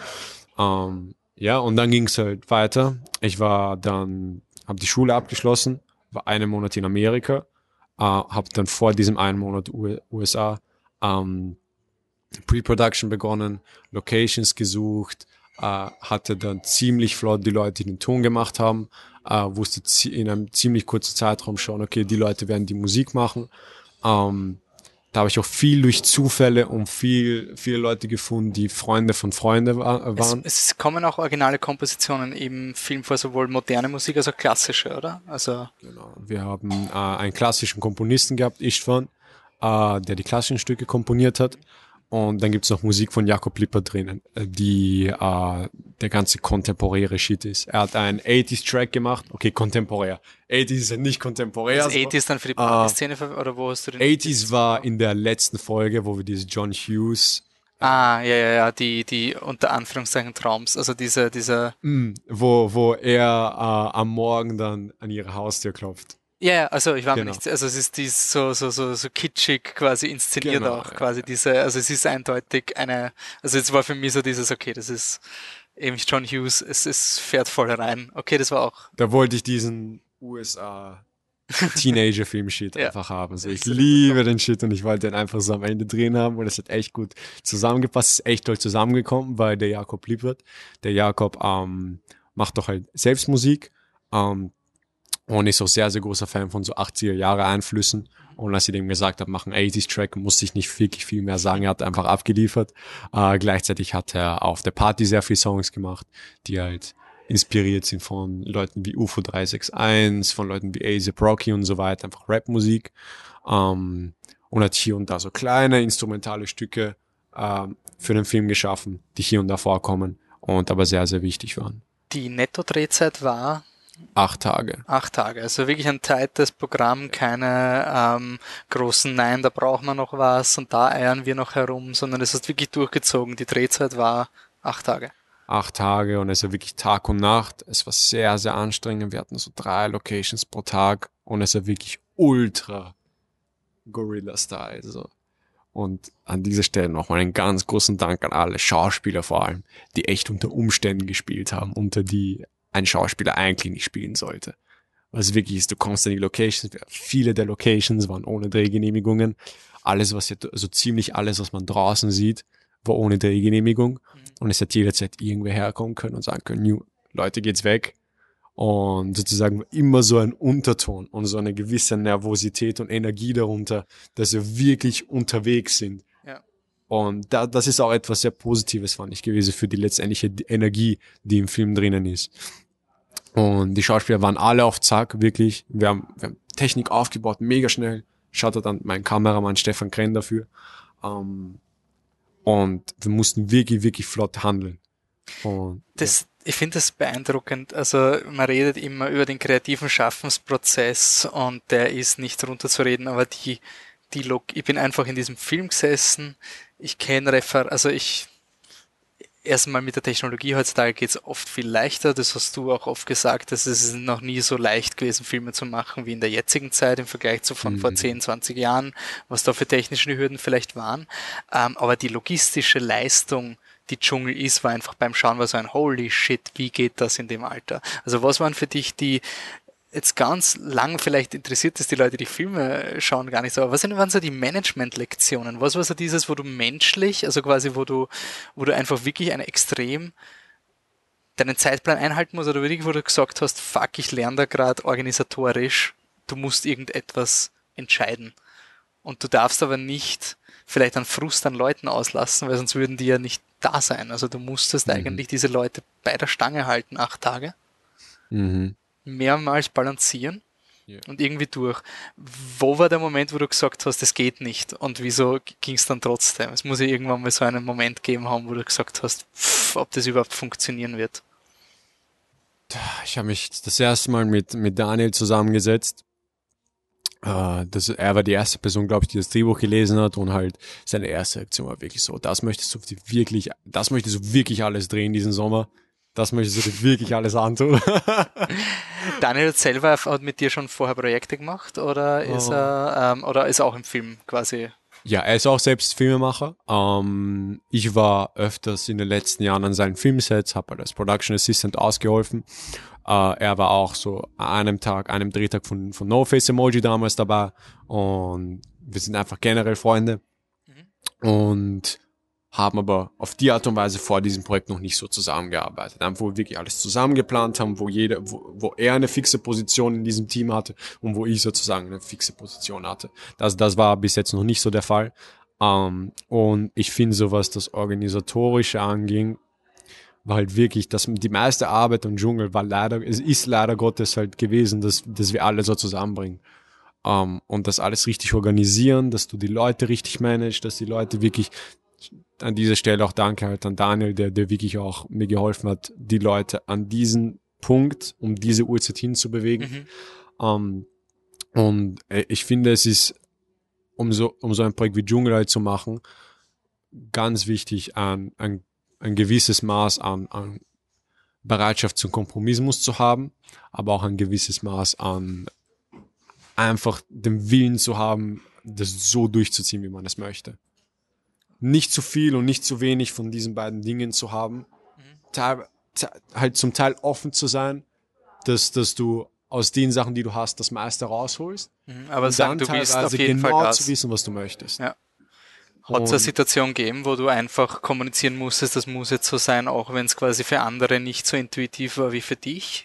S2: Und dann ging es halt weiter. Ich habe die Schule abgeschlossen, war 1 Monat in Amerika, habe dann vor diesem 1 Monat USA Pre-Production begonnen, Locations gesucht, hatte dann ziemlich flott die Leute, die den Ton gemacht haben, wusste in einem ziemlich kurzen Zeitraum schon, okay, die Leute werden die Musik machen. Da habe ich auch viel durch Zufälle und viele Leute gefunden, die Freunde von Freunden waren.
S1: Es kommen auch originale Kompositionen im Film vor, sowohl moderne Musik als auch klassische, oder? Also
S2: genau. Wir haben einen klassischen Komponisten gehabt, Istvan, der die klassischen Stücke komponiert hat. Und dann gibt's noch Musik von Jakob Lippert drinnen, die der ganze kontemporäre Shit ist. Er hat einen 80s-Track gemacht. Okay, kontemporär. 80s ist ja nicht kontemporär.
S1: Ist 80s dann für die Party-Szene oder wo hast du den?
S2: 80s war in der letzten Folge, wo wir diese John Hughes
S1: die unter Anführungszeichen Traums, also dieser,
S2: wo er am Morgen dann an ihre Haustür klopft.
S1: ja, also ich war mir
S2: Genau.
S1: nicht, also es ist so kitschig quasi inszeniert
S2: Genau,
S1: auch, quasi also es ist eindeutig also es war für mich so dieses, okay, das ist eben John Hughes, es fährt voll rein. Okay, das war auch.
S2: Da wollte ich diesen USA Teenager-Film-Shit
S1: Ja.
S2: einfach haben. Also ich liebe den Shit und ich wollte den einfach so am Ende drin haben und es hat echt gut zusammengepasst. Ist echt toll zusammengekommen, weil der Jakob Lippert, der Jakob macht doch halt selbst Musik und ist auch sehr, sehr großer Fan von so 80er Jahre Einflüssen. Und als ich dem gesagt habe, mach einen 80s-Track, musste ich nicht wirklich viel mehr sagen. Er hat einfach abgeliefert. Gleichzeitig hat er auf der Party sehr viele Songs gemacht, die halt inspiriert sind von Leuten wie UFO 361, von Leuten wie A$AP Rocky und so weiter, einfach Rapmusik. Und hat hier und da so kleine instrumentale Stücke für den Film geschaffen, die hier und da vorkommen und aber sehr, sehr wichtig waren.
S1: Die Netto-Drehzeit war
S2: 8 Tage.
S1: 8 Tage, also wirklich ein tightes Programm, keine großen Nein, da braucht man noch was und da eiern wir noch herum, sondern es ist wirklich durchgezogen. Die Drehzeit war 8 Tage.
S2: 8 Tage und es war wirklich Tag und Nacht. Es war sehr, sehr anstrengend. Wir hatten so 3 Locations pro Tag und es war wirklich ultra Gorilla-Style. So. Und an dieser Stelle nochmal einen ganz großen Dank an alle Schauspieler vor allem, die echt unter Umständen gespielt haben, unter die ein Schauspieler eigentlich nicht spielen sollte. Was wirklich ist, du kommst an die Locations, viele der Locations waren ohne Drehgenehmigungen. Alles, also ziemlich alles, was man draußen sieht, war ohne Drehgenehmigung. Und es hat jederzeit irgendwer herkommen können und sagen können, Leute, geht's weg. Und sozusagen immer so ein Unterton und so eine gewisse Nervosität und Energie darunter, dass wir wirklich unterwegs sind.
S1: Ja.
S2: Und das ist auch etwas sehr Positives, fand ich, gewesen für die letztendliche Energie, die im Film drinnen ist. Und die Schauspieler waren alle auf Zack, wirklich. Wir haben Technik aufgebaut, mega schnell. Shoutout an meinen Kameramann Stefan Krenn dafür. Und wir mussten wirklich, wirklich flott handeln. Und,
S1: ich finde das beeindruckend. Also man redet immer über den kreativen Schaffensprozess und der ist nicht runterzureden, aber ich bin einfach in diesem Film gesessen. Ich kenne erstmal mit der Technologie heutzutage geht's oft viel leichter. Das hast du auch oft gesagt, dass es noch nie so leicht gewesen, Filme zu machen wie in der jetzigen Zeit im Vergleich zu von vor 10, 20 Jahren, was da für technische Hürden vielleicht waren. Aber die logistische Leistung, die Dschungel ist, war einfach beim Schauen war so ein holy shit, wie geht das in dem Alter? Also was waren für dich die jetzt ganz lang, vielleicht interessiert es die Leute, die Filme schauen, gar nicht so, aber was waren so die Management-Lektionen? Was war so dieses, wo du menschlich, also quasi, wo du einfach wirklich deinen Zeitplan einhalten musst, oder wirklich, wo du gesagt hast, fuck, ich lerne da gerade organisatorisch, du musst irgendetwas entscheiden. Und du darfst aber nicht vielleicht einen Frust an Leuten auslassen, weil sonst würden die ja nicht da sein. Also du musstest eigentlich diese Leute bei der Stange halten, 8 Tage. Mehrmals balancieren und irgendwie durch. Wo war der Moment, wo du gesagt hast, es geht nicht und wieso ging es dann trotzdem? Es muss ja irgendwann mal so einen Moment geben haben, wo du gesagt hast, ob das überhaupt funktionieren wird.
S2: Ich habe mich das erste Mal mit Daniel zusammengesetzt. Er war die erste Person, glaube ich, die das Drehbuch gelesen hat und halt seine erste Reaktion war wirklich so, das möchtest du wirklich alles drehen diesen Sommer. Das möchtest du dir wirklich alles antun.
S1: Daniel selber hat mit dir schon vorher Projekte gemacht oder ist er auch im Film quasi?
S2: Ja, er ist auch selbst Filmemacher. Ich war öfters in den letzten Jahren an seinen Filmsets, habe als Production Assistant ausgeholfen. Er war auch so an einem Drehtag von No Face Emoji damals dabei und wir sind einfach generell Freunde und haben aber auf die Art und Weise vor diesem Projekt noch nicht so zusammengearbeitet. Wo wir wirklich alles zusammen geplant haben, wo er eine fixe Position in diesem Team hatte und wo ich sozusagen eine fixe Position hatte. Das war bis jetzt noch nicht so der Fall. Und ich finde, so was das Organisatorische anging, war halt wirklich, dass die meiste Arbeit am Dschungel ist leider Gottes halt gewesen, dass wir alle so zusammenbringen. Und das alles richtig organisieren, dass du die Leute richtig managst, dass die Leute wirklich an dieser Stelle auch danke halt an Daniel, der wirklich auch mir geholfen hat, die Leute an diesen Punkt, um diese Uhrzeit hinzubewegen. Und ich finde, es ist, um so ein Projekt wie Dschungel zu machen, ganz wichtig, ein gewisses Maß an Bereitschaft zum Kompromismus zu haben, aber auch ein gewisses Maß an einfach den Willen zu haben, das so durchzuziehen, wie man es möchte. Nicht zu viel und nicht zu wenig von diesen beiden Dingen zu haben. Halt zum Teil offen zu sein, dass du aus den Sachen, die du hast, das meiste rausholst.
S1: Aber
S2: und
S1: sagen,
S2: dann
S1: du willst
S2: teilweise
S1: auf jeden
S2: genau
S1: Fall Gas.
S2: zu wissen, was du möchtest.
S1: Ja. Hat es eine Situation gegeben, wo du einfach kommunizieren musstest, das muss jetzt so sein, auch wenn es quasi für andere nicht so intuitiv war wie für dich?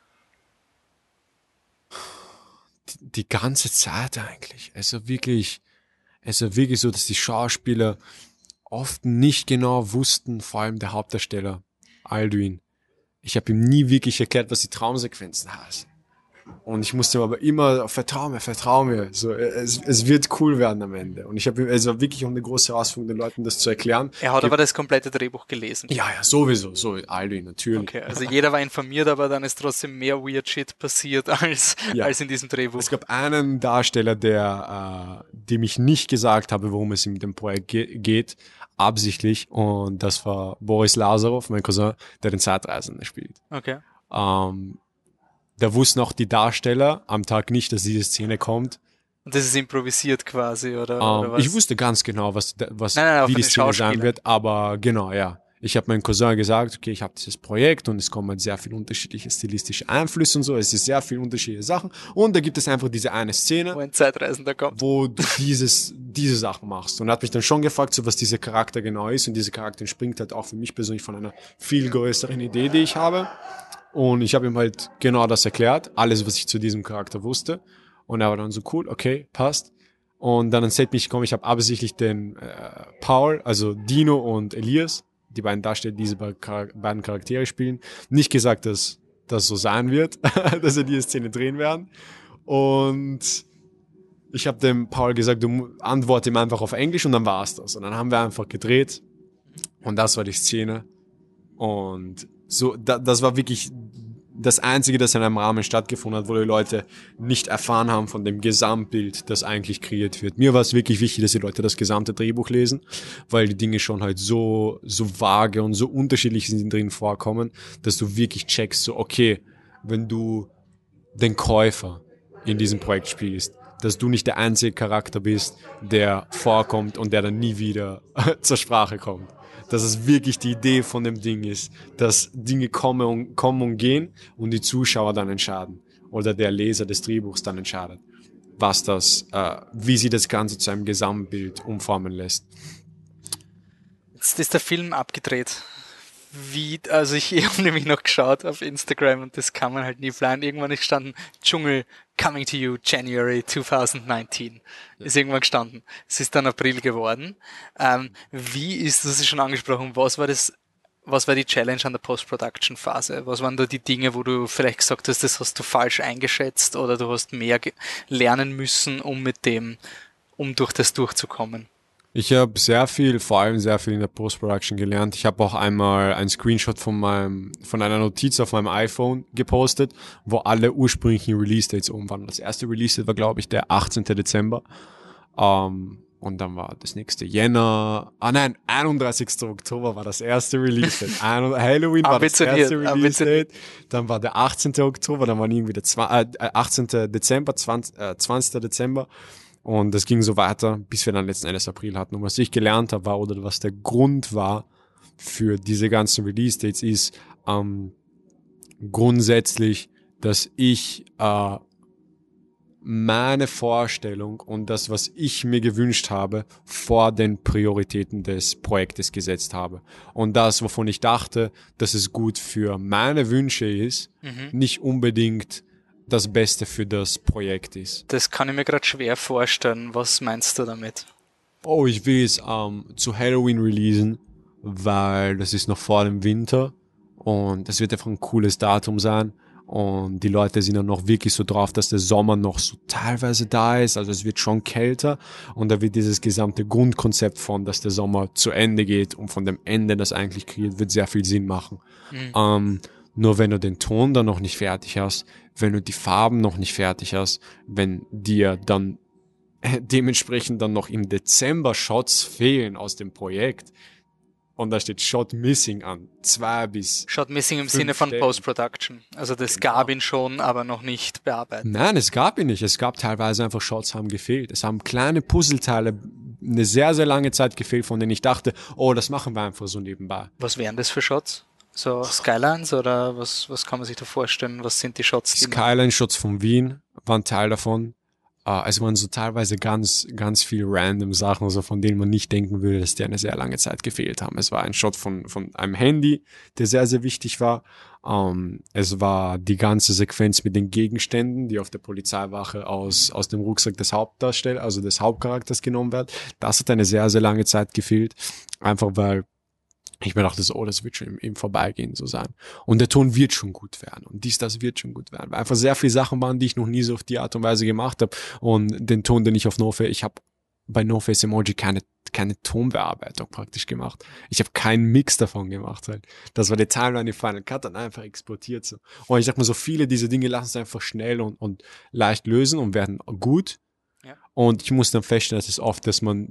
S2: Die ganze Zeit eigentlich. Also wirklich so, dass die Schauspieler oft nicht genau wussten, vor allem der Hauptdarsteller, Alduin. Ich habe ihm nie wirklich erklärt, was die Traumsequenzen heißen. Und ich musste ihm aber immer, vertrau mir. So, es wird cool werden am Ende. Und es war wirklich eine große Herausforderung, den Leuten das zu erklären.
S1: Er hat aber das komplette Drehbuch gelesen.
S2: Ja, sowieso. So, Alduin, natürlich.
S1: Okay, also jeder war informiert, aber dann ist trotzdem mehr Weird Shit passiert als in diesem Drehbuch.
S2: Es gab einen Darsteller, dem ich nicht gesagt habe, worum es in dem Projekt geht, absichtlich. Und das war Boris Lazarov, mein Cousin, der den Zeitreisenden spielt.
S1: Okay.
S2: Da wussten auch die Darsteller am Tag nicht, dass diese Szene kommt.
S1: Und das ist improvisiert quasi, oder was?
S2: Ich wusste ganz genau,
S1: Nein,
S2: wie die Szene sein wird, aber genau, ja. Ich habe meinem Cousin gesagt, okay, ich habe dieses Projekt und es kommen halt sehr viele unterschiedliche stilistische Einflüsse und so, es ist sehr viele unterschiedliche Sachen und da gibt es einfach diese eine Szene,
S1: wo ein Zeitreisender kommt,
S2: wo du diese Sachen machst. Und er hat mich dann schon gefragt, so was dieser Charakter genau ist, und dieser Charakter entspringt halt auch für mich persönlich von einer viel größeren Idee, die ich habe. Und ich habe ihm halt genau das erklärt, alles, was ich zu diesem Charakter wusste. Und er war dann so, cool, okay, passt. Und dann ans Set bin ich gekommen, ich habe absichtlich den Paul, also Dino und Elias, die beiden Darsteller, die diese beiden Charaktere spielen, nicht gesagt, dass das so sein wird, dass wir diese Szene drehen werden. Und ich habe dem Paul gesagt, du antworte ihm einfach auf Englisch und dann war's das. Und dann haben wir einfach gedreht und das war die Szene. Und so, das war wirklich das Einzige, das in einem Rahmen stattgefunden hat, wo die Leute nicht erfahren haben von dem Gesamtbild, das eigentlich kreiert wird. Mir war es wirklich wichtig, dass die Leute das gesamte Drehbuch lesen, weil die Dinge schon halt so vage und so unterschiedlich sind drin vorkommen, dass du wirklich checkst, so okay, wenn du den Käufer in diesem Projekt spielst, dass du nicht der einzige Charakter bist, der vorkommt und der dann nie wieder zur Sprache kommt. Dass es wirklich die Idee von dem Ding ist, dass Dinge kommen und gehen und die Zuschauer dann entscheiden oder der Leser des Drehbuchs dann entscheidet, wie sie das Ganze zu einem Gesamtbild umformen lässt.
S1: Jetzt ist der Film abgedreht. Also ich habe nämlich noch geschaut auf Instagram und das kann man halt nie planen. Irgendwann ist gestanden, Dschungel coming to you January 2019. Ist irgendwann gestanden. Es ist dann April geworden. Wie ist, das ist schon angesprochen, was war die Challenge an der Post-Production-Phase? Was waren da die Dinge, wo du vielleicht gesagt hast, das hast du falsch eingeschätzt oder du hast mehr lernen müssen, um durch das durchzukommen?
S2: Ich habe vor allem sehr viel in der Post-Production gelernt. Ich habe auch einmal einen Screenshot von einer Notiz auf meinem iPhone gepostet, wo alle ursprünglichen Release-Dates oben waren. Das erste Release-Date war, glaube ich, der 18. Dezember. Und dann war das nächste Jänner. 31. Oktober war das erste Release-Date. Halloween war das erste Release-Date. Dann war der 18. Oktober, dann war irgendwie der 18. Dezember, 20. Dezember. Und das ging so weiter, bis wir dann letzten Endes April hatten. Und was ich gelernt habe, oder was der Grund war für diese ganzen Release-Dates ist, grundsätzlich, dass ich meine Vorstellung und das, was ich mir gewünscht habe, vor den Prioritäten des Projektes gesetzt habe. Und das, wovon ich dachte, dass es gut für meine Wünsche ist, nicht unbedingt das Beste für das Projekt ist.
S1: Das kann ich mir gerade schwer vorstellen. Was meinst du damit?
S2: Oh, ich will es zu Halloween releasen, weil das ist noch vor dem Winter und das wird einfach ein cooles Datum sein. Und die Leute sind dann noch wirklich so drauf, dass der Sommer noch so teilweise da ist. Also es wird schon kälter und da wird dieses gesamte Grundkonzept von, dass der Sommer zu Ende geht und von dem Ende, das eigentlich kreiert wird, sehr viel Sinn machen. Nur wenn du den Ton dann noch nicht fertig hast, wenn du die Farben noch nicht fertig hast, wenn dir dann dementsprechend dann noch im Dezember Shots fehlen aus dem Projekt und da steht Shot Missing an, 2 bis
S1: Shot Missing im
S2: 5
S1: Sinne von
S2: Stellen.
S1: Post-Production. Also das gab ihn schon, aber noch nicht bearbeitet.
S2: Nein, es gab ihn nicht. Es gab teilweise einfach Shots, haben gefehlt. Es haben kleine Puzzleteile eine sehr, sehr lange Zeit gefehlt, von denen ich dachte, oh, das machen wir einfach so nebenbei.
S1: Was wären das für Shots? So Skylines oder was kann man sich da vorstellen? Was sind die Shots?
S2: Skyline-Shots von Wien waren Teil davon. Es waren so teilweise ganz, ganz viel random Sachen, so von denen man nicht denken würde, dass die eine sehr lange Zeit gefehlt haben. Es war ein Shot von einem Handy, der sehr, sehr wichtig war. Es war die ganze Sequenz mit den Gegenständen, die auf der Polizeiwache aus dem Rucksack des Hauptdarstellers, also des Hauptcharakters genommen wird. Das hat eine sehr, sehr lange Zeit gefehlt. Einfach weil ich mir dachte so, oh, das wird schon im Vorbeigehen so sein. Und der Ton wird schon gut werden. Und das wird schon gut werden. Weil einfach sehr viele Sachen waren, die ich noch nie so auf die Art und Weise gemacht habe. Und den Ton, den ich auf NoFace, ich habe bei NoFace Emoji keine Tonbearbeitung praktisch gemacht. Ich habe keinen Mix davon gemacht. Halt. Das war der Timeline im Final Cut, dann einfach exportiert so. Und ich sag mal so, viele dieser Dinge lassen sich einfach schnell und leicht lösen und werden gut. Ja. Und ich muss dann feststellen, dass es oft, dass man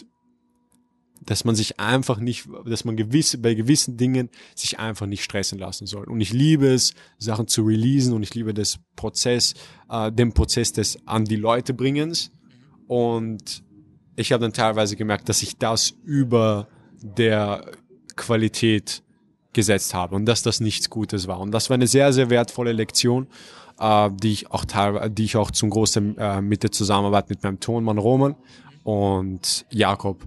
S2: sich einfach nicht, dass man bei gewissen Dingen sich einfach nicht stressen lassen soll. Und ich liebe es, Sachen zu releasen und ich liebe den Prozess des an die Leute bringens. Und ich habe dann teilweise gemerkt, dass ich das über der Qualität gesetzt habe und dass das nichts Gutes war. Und das war eine sehr, sehr wertvolle Lektion, die ich auch zum Großteil mit der Zusammenarbeit mit meinem Tonmann Roman und Jakob,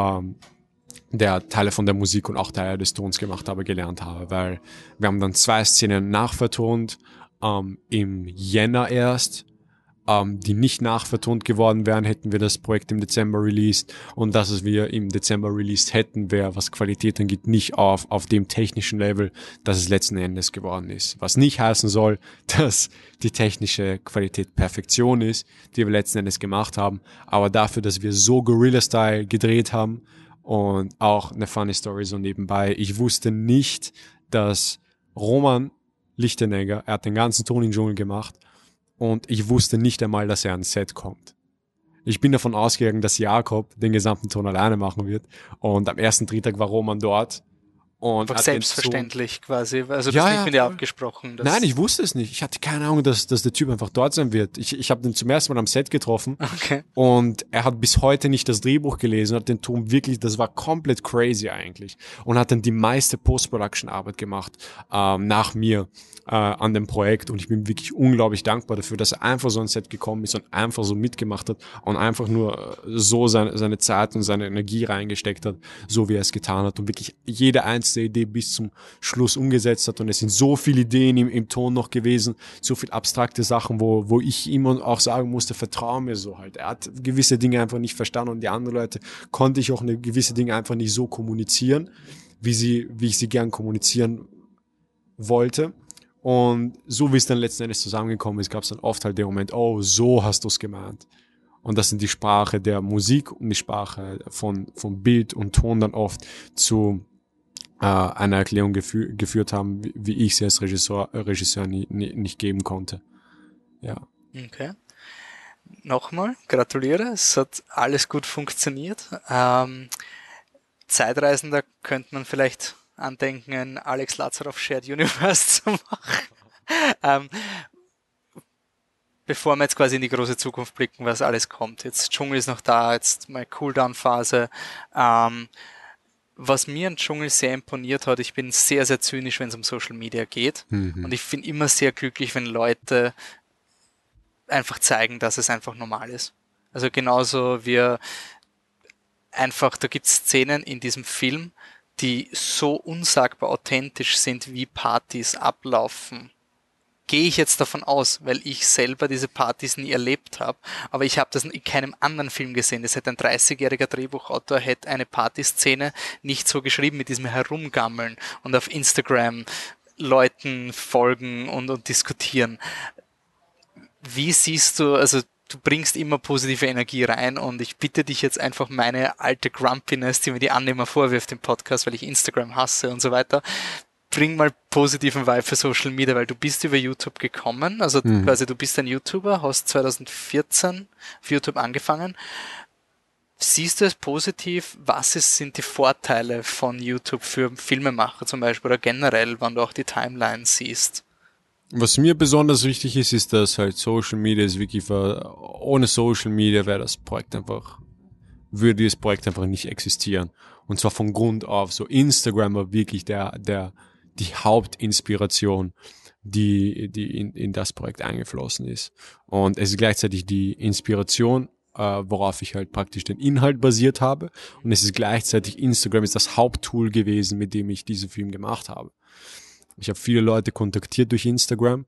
S2: der Teile von der Musik und auch Teile des Tons gemacht habe, gelernt habe, weil wir haben dann 2 Szenen nachvertont, im Jänner erst, die nicht nachvertont geworden wären, hätten wir das Projekt im Dezember released und dass es wir im Dezember released hätten, wäre, was Qualität angeht, nicht auf dem technischen Level, dass es letzten Endes geworden ist. Was nicht heißen soll, dass die technische Qualität Perfektion ist, die wir letzten Endes gemacht haben, aber dafür, dass wir so Guerilla-Style gedreht haben und auch eine funny Story so nebenbei. Ich wusste nicht, dass Roman Lichtenegger, er hat den ganzen Ton im Dschungel gemacht, und ich wusste nicht einmal, dass er ans Set kommt. Ich bin davon ausgegangen, dass Jakob den gesamten Ton alleine machen wird. Und am ersten Drehtag war Roman dort. Und
S1: selbstverständlich quasi. Also das nicht mit dir abgesprochen.
S2: Nein, ich wusste es nicht. Ich hatte keine Ahnung, dass der Typ einfach dort sein wird. Ich habe den zum ersten Mal am Set getroffen.
S1: Okay.
S2: Und er hat bis heute nicht das Drehbuch gelesen, hat den Ton wirklich, das war komplett crazy eigentlich. Und hat dann die meiste Post-Production-Arbeit gemacht nach mir an dem Projekt. Und ich bin wirklich unglaublich dankbar dafür, dass er einfach so ans Set gekommen ist und einfach so mitgemacht hat und einfach nur so seine Zeit und seine Energie reingesteckt hat, so wie er es getan hat. Und wirklich jede einzelne Idee bis zum Schluss umgesetzt hat. Und es sind so viele Ideen im Ton noch gewesen, so viel abstrakte Sachen, wo ich ihm auch sagen musste, vertrau mir so halt. Er hat gewisse Dinge einfach nicht verstanden und die anderen Leute konnte ich auch gewisse Dinge einfach nicht so kommunizieren, wie ich sie gern kommunizieren wollte. Und so wie es dann letzten Endes zusammengekommen ist, gab es dann oft halt den Moment, oh, so hast du es gemeint. Und das sind die Sprache der Musik und die Sprache von Bild und Ton dann oft zu einer Erklärung geführt haben, wie ich sie als Regisseur nicht geben konnte. Ja.
S1: Okay. Nochmal, gratuliere, es hat alles gut funktioniert. Zeitreisender könnte man vielleicht andenken, ein Alex Lazaroff Shared Universe zu machen. Bevor wir jetzt quasi in die große Zukunft blicken, was alles kommt. Jetzt Dschungel ist noch da, jetzt mal Cooldown-Phase. Was mir im Dschungel sehr imponiert hat, ich bin sehr, sehr zynisch, wenn es um Social Media geht. Und ich bin immer sehr glücklich, wenn Leute einfach zeigen, dass es einfach normal ist. Also genauso wie einfach, da gibt es Szenen in diesem Film, die so unsagbar authentisch sind, wie Partys ablaufen. Gehe ich jetzt davon aus, weil ich selber diese Partys nie erlebt habe, aber ich habe das in keinem anderen Film gesehen. Das hätte ein 30-jähriger Drehbuchautor hätte eine Partyszene nicht so geschrieben mit diesem Herumgammeln und auf Instagram Leuten folgen und diskutieren. Wie siehst du, also du bringst immer positive Energie rein und ich bitte dich jetzt einfach meine alte Grumpiness, die mir die Annehmer vorwirft im Podcast, weil ich Instagram hasse und so weiter, bring mal positiven Vibe für Social Media, weil du bist über YouTube gekommen, also quasi du bist ein YouTuber, hast 2014 auf YouTube angefangen. Siehst du es positiv? Sind die Vorteile von YouTube für Filmemacher zum Beispiel oder generell, wenn du auch die Timeline siehst?
S2: Was mir besonders wichtig ist, ist, dass halt Social Media ist wirklich, ohne Social Media würde dieses Projekt einfach nicht existieren. Und zwar von Grund auf. So Instagram war wirklich die Hauptinspiration, die in das Projekt eingeflossen ist. Und es ist gleichzeitig die Inspiration, worauf ich halt praktisch den Inhalt basiert habe. Und es ist gleichzeitig Instagram ist das Haupttool gewesen, mit dem ich diesen Film gemacht habe. Ich habe viele Leute kontaktiert durch Instagram.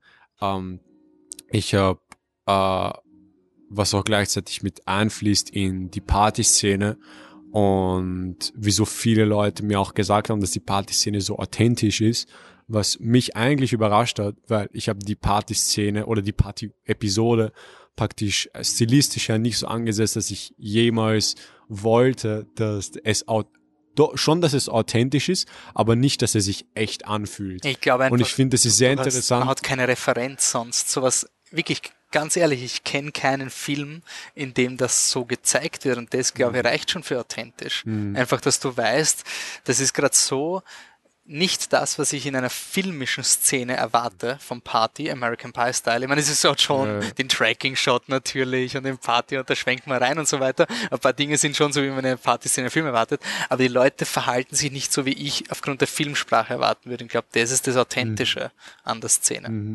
S2: Ich habe, was auch gleichzeitig mit einfließt in die Partyszene und wieso viele Leute mir auch gesagt haben, dass die Partyszene so authentisch ist, was mich eigentlich überrascht hat, weil ich habe die Partyszene oder die Party-Episode praktisch stilistisch ja nicht so angesetzt, dass ich jemals wollte, dass es dass es authentisch ist, aber nicht, dass er sich echt anfühlt.
S1: Ich glaube einfach,
S2: und ich finde, das ist sehr interessant.
S1: Man hat keine Referenz sonst. Sowas, wirklich, ganz ehrlich, ich kenne keinen Film, in dem das so gezeigt wird und das, glaube ich, reicht schon für authentisch. Einfach, dass du weißt, das ist gerade so nicht das, was ich in einer filmischen Szene erwarte vom Party, American Pie Style. Ich meine, es ist auch schon den Tracking-Shot natürlich und den Party und da schwenkt man rein und so weiter. Ein paar Dinge sind schon so, wie man eine Partyszene im Film erwartet, aber die Leute verhalten sich nicht so, wie ich aufgrund der Filmsprache erwarten würde. Ich glaube, das ist das Authentische an der Szene.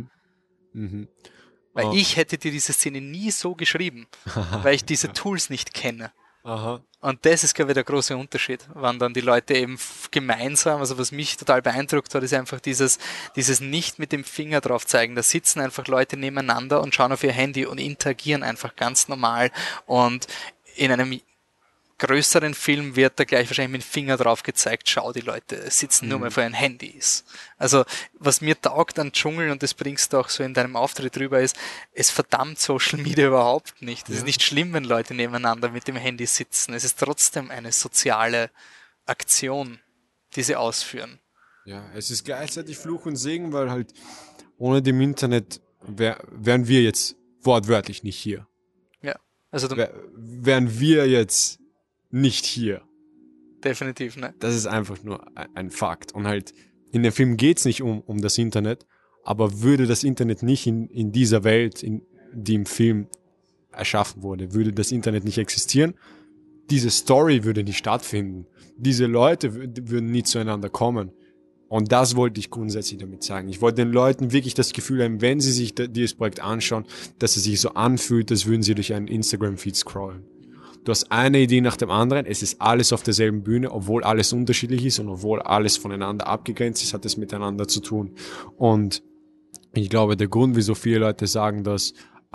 S1: Weil ich hätte dir diese Szene nie so geschrieben, weil ich diese Tools nicht kenne.
S2: Aha.
S1: Und das ist, glaube ich, der große Unterschied, wenn dann die Leute eben gemeinsam, also was mich total beeindruckt hat, ist einfach dieses nicht mit dem Finger drauf zeigen. Da sitzen einfach Leute nebeneinander und schauen auf ihr Handy und interagieren einfach ganz normal. Und in einem größeren Film wird da gleich wahrscheinlich mit dem Finger drauf gezeigt, schau, die Leute sitzen nur mal vor ihren Handys. Also, was mir taugt an Dschungel, und das bringst du auch so in deinem Auftritt rüber, ist, es verdammt Social Media überhaupt nicht. Es ist nicht schlimm, wenn Leute nebeneinander mit dem Handy sitzen. Es ist trotzdem eine soziale Aktion, die sie ausführen.
S2: Ja, es ist gleichzeitig Fluch und Segen, weil halt ohne dem Internet wären wir jetzt wortwörtlich nicht hier.
S1: Ja, also
S2: wären wir jetzt nicht hier.
S1: Definitiv, ne?
S2: Das ist einfach nur ein Fakt. Und halt, in dem Film geht's nicht um das Internet, aber würde das Internet nicht in dieser Welt, die im Film erschaffen wurde, würde das Internet nicht existieren, diese Story würde nicht stattfinden. Diese Leute würden nie zueinander kommen. Und das wollte ich grundsätzlich damit sagen. Ich wollte den Leuten wirklich das Gefühl haben, wenn sie sich dieses Projekt anschauen, dass es sich so anfühlt, als würden sie durch einen Instagram-Feed scrollen. Du hast eine Idee nach dem anderen, es ist alles auf derselben Bühne, obwohl alles unterschiedlich ist und obwohl alles voneinander abgegrenzt ist, hat es miteinander zu tun. Und ich glaube, der Grund, wieso viele Leute sagen, dass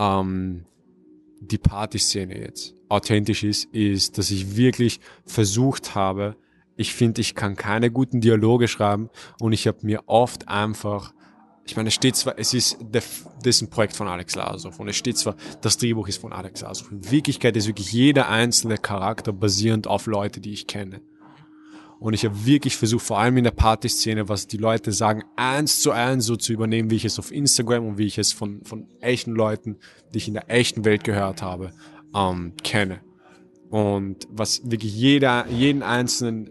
S2: die Partyszene jetzt authentisch ist, dass ich wirklich versucht habe, ich finde, ich kann keine guten Dialoge schreiben und ich habe mir oft einfach, ich meine, es steht zwar, das ist ein Projekt von Alex Lazow und es steht zwar, das Drehbuch ist von Alex Lazow. In Wirklichkeit ist wirklich jeder einzelne Charakter basierend auf Leute, die ich kenne. Und ich habe wirklich versucht, vor allem in der Partyszene, was die Leute sagen, 1:1 so zu übernehmen, wie ich es auf Instagram und wie ich es von echten Leuten, die ich in der echten Welt gehört habe, kenne. Und was wirklich jeden einzelnen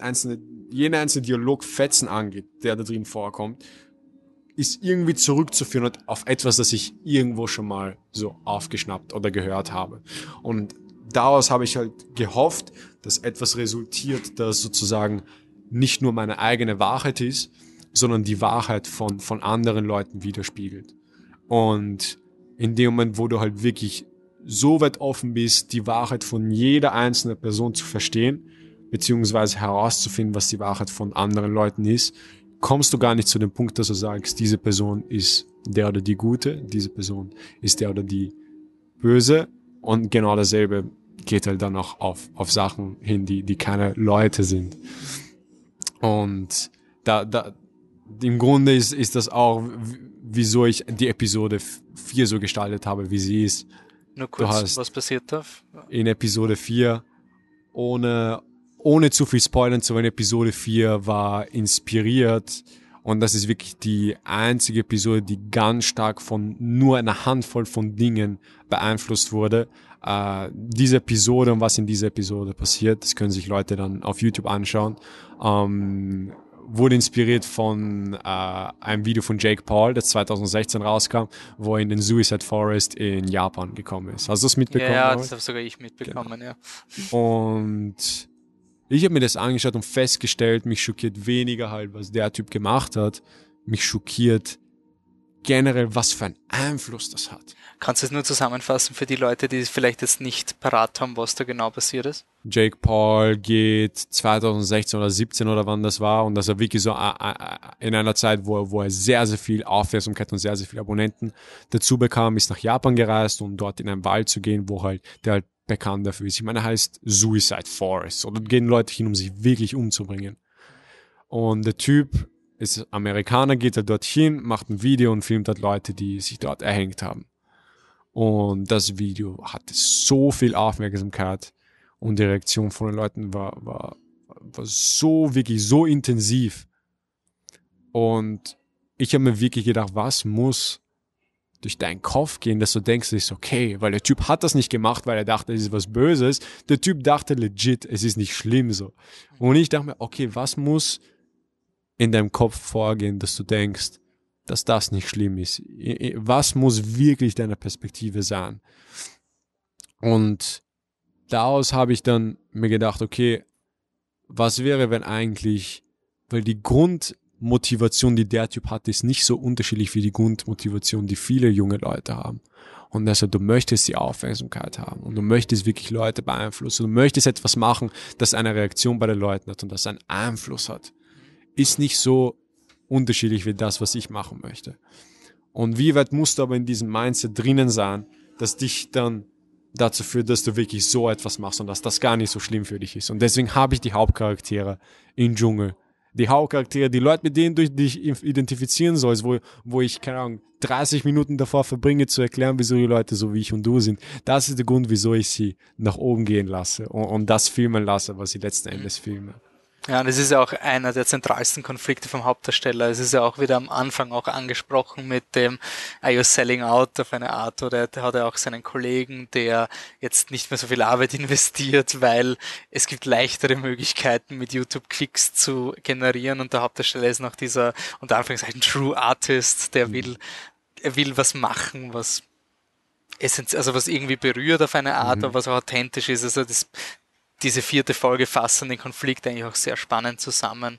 S2: Dialogfetzen angeht, der da drin vorkommt, ist irgendwie zurückzuführen auf etwas, das ich irgendwo schon mal so aufgeschnappt oder gehört habe. Und daraus habe ich halt gehofft, dass etwas resultiert, das sozusagen nicht nur meine eigene Wahrheit ist, sondern die Wahrheit von anderen Leuten widerspiegelt. Und in dem Moment, wo du halt wirklich so weit offen bist, die Wahrheit von jeder einzelnen Person zu verstehen, beziehungsweise herauszufinden, was die Wahrheit von anderen Leuten ist, kommst du gar nicht zu dem Punkt, dass du sagst, diese Person ist der oder die Gute, diese Person ist der oder die Böse. Und genau dasselbe geht halt dann auch auf Sachen hin, die keine Leute sind. Und im Grunde ist das auch, wieso ich die Episode 4 so gestaltet habe, wie sie ist.
S1: Nur
S2: Du
S1: kurz,
S2: hast
S1: was passiert da?
S2: in Episode 4, ohne zu viel spoilern zu wollen, Episode 4 war inspiriert und das ist wirklich die einzige Episode, die ganz stark von nur einer Handvoll von Dingen beeinflusst wurde. Diese Episode und was in dieser Episode passiert, das können sich Leute dann auf YouTube anschauen, wurde inspiriert von einem Video von Jake Paul, das 2016 rauskam, wo er in den Suicide Forest in Japan gekommen ist. Hast du das mitbekommen?
S1: Ja, das habe sogar ich mitbekommen,
S2: Genau.
S1: ja.
S2: Und ich habe mir das angeschaut und festgestellt, mich schockiert weniger halt, was der Typ gemacht hat. Mich schockiert generell, was für einen Einfluss das hat.
S1: Kannst du es nur zusammenfassen für die Leute, die es vielleicht jetzt nicht parat haben, was da genau passiert ist?
S2: Jake Paul geht 2016 oder 17 oder wann das war und dass er wirklich so in einer Zeit, wo er sehr, sehr viel Aufmerksamkeit und sehr, sehr viele Abonnenten dazu bekam, ist nach Japan gereist, um dort in einen Wald zu gehen, der halt bekannt dafür ist. Ich meine, er heißt Suicide Forest. Und dort gehen Leute hin, um sich wirklich umzubringen. Und der Typ ist Amerikaner, geht halt dorthin, macht ein Video und filmt halt Leute, die sich dort erhängt haben. Und das Video hatte so viel Aufmerksamkeit und die Reaktion von den Leuten war so, wirklich so intensiv. Und ich habe mir wirklich gedacht, was muss durch deinen Kopf gehen, dass du denkst, es ist okay, weil der Typ hat das nicht gemacht, weil er dachte, es ist was Böses. Der Typ dachte legit, es ist nicht schlimm so. Und ich dachte mir, okay, was muss in deinem Kopf vorgehen, dass du denkst, dass das nicht schlimm ist? Was muss wirklich deine Perspektive sein? Und daraus habe ich dann mir gedacht, okay, was wäre, wenn eigentlich, weil die Grundmotivation, die der Typ hat, ist nicht so unterschiedlich wie die Grundmotivation, die viele junge Leute haben. Und deshalb, du möchtest die Aufmerksamkeit haben und du möchtest wirklich Leute beeinflussen. Du möchtest etwas machen, das eine Reaktion bei den Leuten hat und das einen Einfluss hat. Ist nicht so unterschiedlich wie das, was ich machen möchte. Und wie weit musst du aber in diesem Mindset drinnen sein, dass dich dann dazu führt, dass du wirklich so etwas machst und dass das gar nicht so schlimm für dich ist. Und deswegen habe ich die Hauptcharaktere in Dschungel. Die Hauptcharaktere, die Leute, mit denen du dich identifizieren sollst, wo ich, keine Ahnung, 30 Minuten davor verbringe, zu erklären, wieso die Leute so wie ich und du sind. Das ist der Grund, wieso ich sie nach oben gehen lasse und das filmen lasse, was ich letzten Endes filme.
S1: Ja, und es ist ja auch einer der zentralsten Konflikte vom Hauptdarsteller. Es ist ja auch wieder am Anfang auch angesprochen mit dem Are you selling out auf eine Art, oder der hat ja auch seinen Kollegen, der jetzt nicht mehr so viel Arbeit investiert, weil es gibt leichtere Möglichkeiten mit YouTube Klicks zu generieren und der Hauptdarsteller ist noch dieser, unter Anführungszeichen, True Artist, er will was machen, was irgendwie berührt auf eine Art, aber was auch authentisch ist. Also diese 4. Folge fassen den Konflikt eigentlich auch sehr spannend zusammen.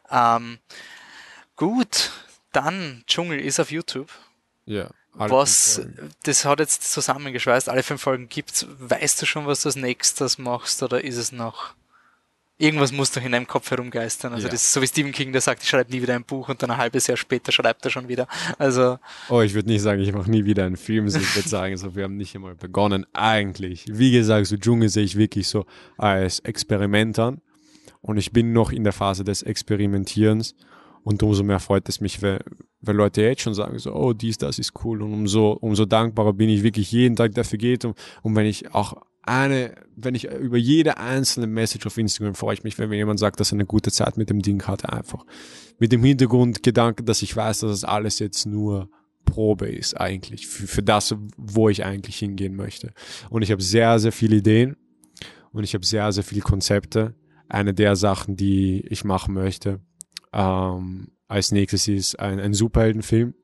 S1: Gut, dann Dschungel ist auf YouTube.
S2: Ja.
S1: Das hat jetzt zusammengeschweißt, alle 5 Folgen gibt's. Weißt du schon, was du als nächstes machst, oder ist es noch... Irgendwas muss doch in deinem Kopf herumgeistern. Also das ist so wie Stephen King, der sagt, ich schreibe nie wieder ein Buch und dann ein halbes Jahr später schreibt er schon wieder. Also.
S2: Oh, ich würde nicht sagen, ich mache nie wieder einen Film. Ich würde sagen, so, wir haben nicht einmal begonnen. Eigentlich, wie gesagt, so Dschungel sehe ich wirklich so als Experiment an. Und ich bin noch in der Phase des Experimentierens. Und umso mehr freut es mich, wenn Leute jetzt schon sagen, so, oh, das ist cool. Und umso dankbarer bin ich wirklich jeden Tag dafür geht. Und wenn ich auch wenn ich über jede einzelne Message auf Instagram freue ich mich, wenn mir jemand sagt, dass er eine gute Zeit mit dem Ding hatte, einfach. Mit dem Hintergrundgedanken, dass ich weiß, dass das alles jetzt nur Probe ist eigentlich, für das, wo ich eigentlich hingehen möchte. Und ich habe sehr, sehr viele Ideen und ich habe sehr, sehr viele Konzepte. Eine der Sachen, die ich machen möchte, als nächstes ist ein Superheldenfilm.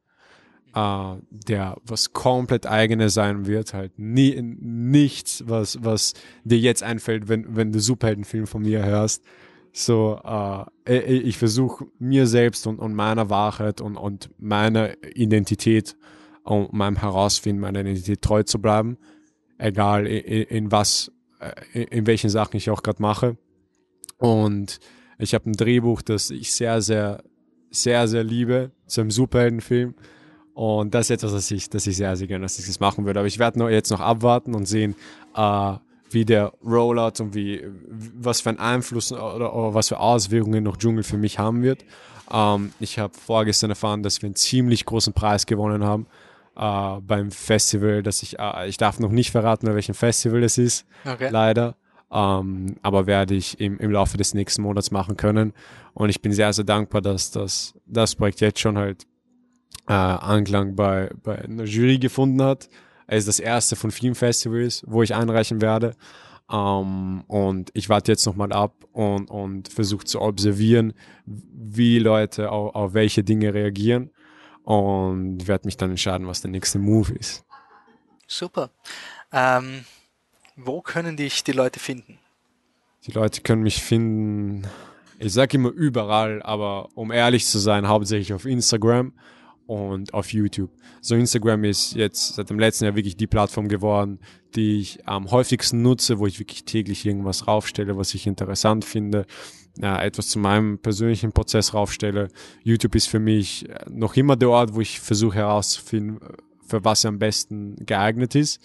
S2: Der was komplett eigenes sein wird, halt nichts, was dir jetzt einfällt, wenn du Superheldenfilm von mir hörst. So, ich versuche mir selbst und meiner Wahrheit und meiner Identität und meinem Herausfinden meiner Identität treu zu bleiben, egal in welchen Sachen ich auch gerade mache. Und ich habe ein Drehbuch, das ich sehr, sehr, sehr, sehr liebe, zu einem Superheldenfilm. Und das ist etwas, das ich sehr, sehr gerne, dass ich das machen würde. Aber ich werde jetzt noch abwarten und sehen, wie der Rollout und was für einen Einfluss oder was für Auswirkungen noch Dschungel für mich haben wird. Ich habe vorgestern erfahren, dass wir einen ziemlich großen Preis gewonnen haben beim Festival, ich darf noch nicht verraten, bei welchem Festival es ist, leider. Aber werde ich im Laufe des nächsten Monats machen können. Und ich bin sehr, sehr dankbar, dass das Projekt jetzt schon halt Anklang bei einer Jury gefunden hat. Es ist das erste von vielen Festivals, wo ich einreichen werde. Und ich warte jetzt nochmal ab und versuche zu observieren, wie Leute auf welche Dinge reagieren. Und werde mich dann entscheiden, was der nächste Move ist.
S1: Super. Wo können dich die Leute finden?
S2: Die Leute können mich finden, ich sage immer überall, aber um ehrlich zu sein, hauptsächlich auf Instagram und auf YouTube. So, Instagram ist jetzt seit dem letzten Jahr wirklich die Plattform geworden, die ich am häufigsten nutze, wo ich wirklich täglich irgendwas raufstelle, was ich interessant finde, etwas zu meinem persönlichen Prozess raufstelle. YouTube ist für mich noch immer der Ort, wo ich versuche herauszufinden, für was er am besten geeignet ist.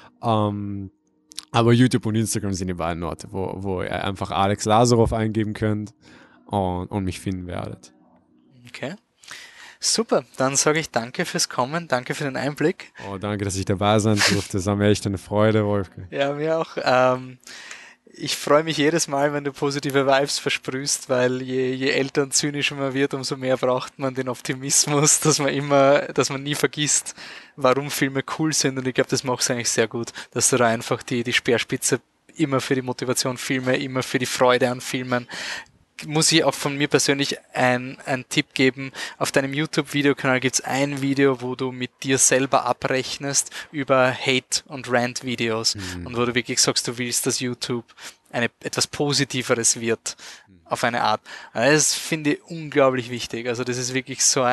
S2: Aber YouTube und Instagram sind die beiden Orte, wo ihr einfach Alex Lazarov eingeben könnt und mich finden werdet.
S1: Okay. Super, dann sage ich danke fürs Kommen, danke für den Einblick.
S2: Oh, danke, dass ich dabei sein durfte. Das war mir echt eine Freude, Wolfgang.
S1: Ja, mir auch. Ich freue mich jedes Mal, wenn du positive Vibes versprühst, weil je älter und zynischer man wird, umso mehr braucht man den Optimismus, dass man nie vergisst, warum Filme cool sind. Und ich glaube, das machst du eigentlich sehr gut, dass du da einfach die Speerspitze immer für die Motivation Filme, immer für die Freude an Filmen. Muss ich auch von mir persönlich einen Tipp geben. Auf deinem YouTube-Videokanal gibt es ein Video, wo du mit dir selber abrechnest über Hate- und Rant-Videos und wo du wirklich sagst, du willst, dass YouTube etwas Positiveres wird auf eine Art. Das finde ich unglaublich wichtig. Also das ist wirklich so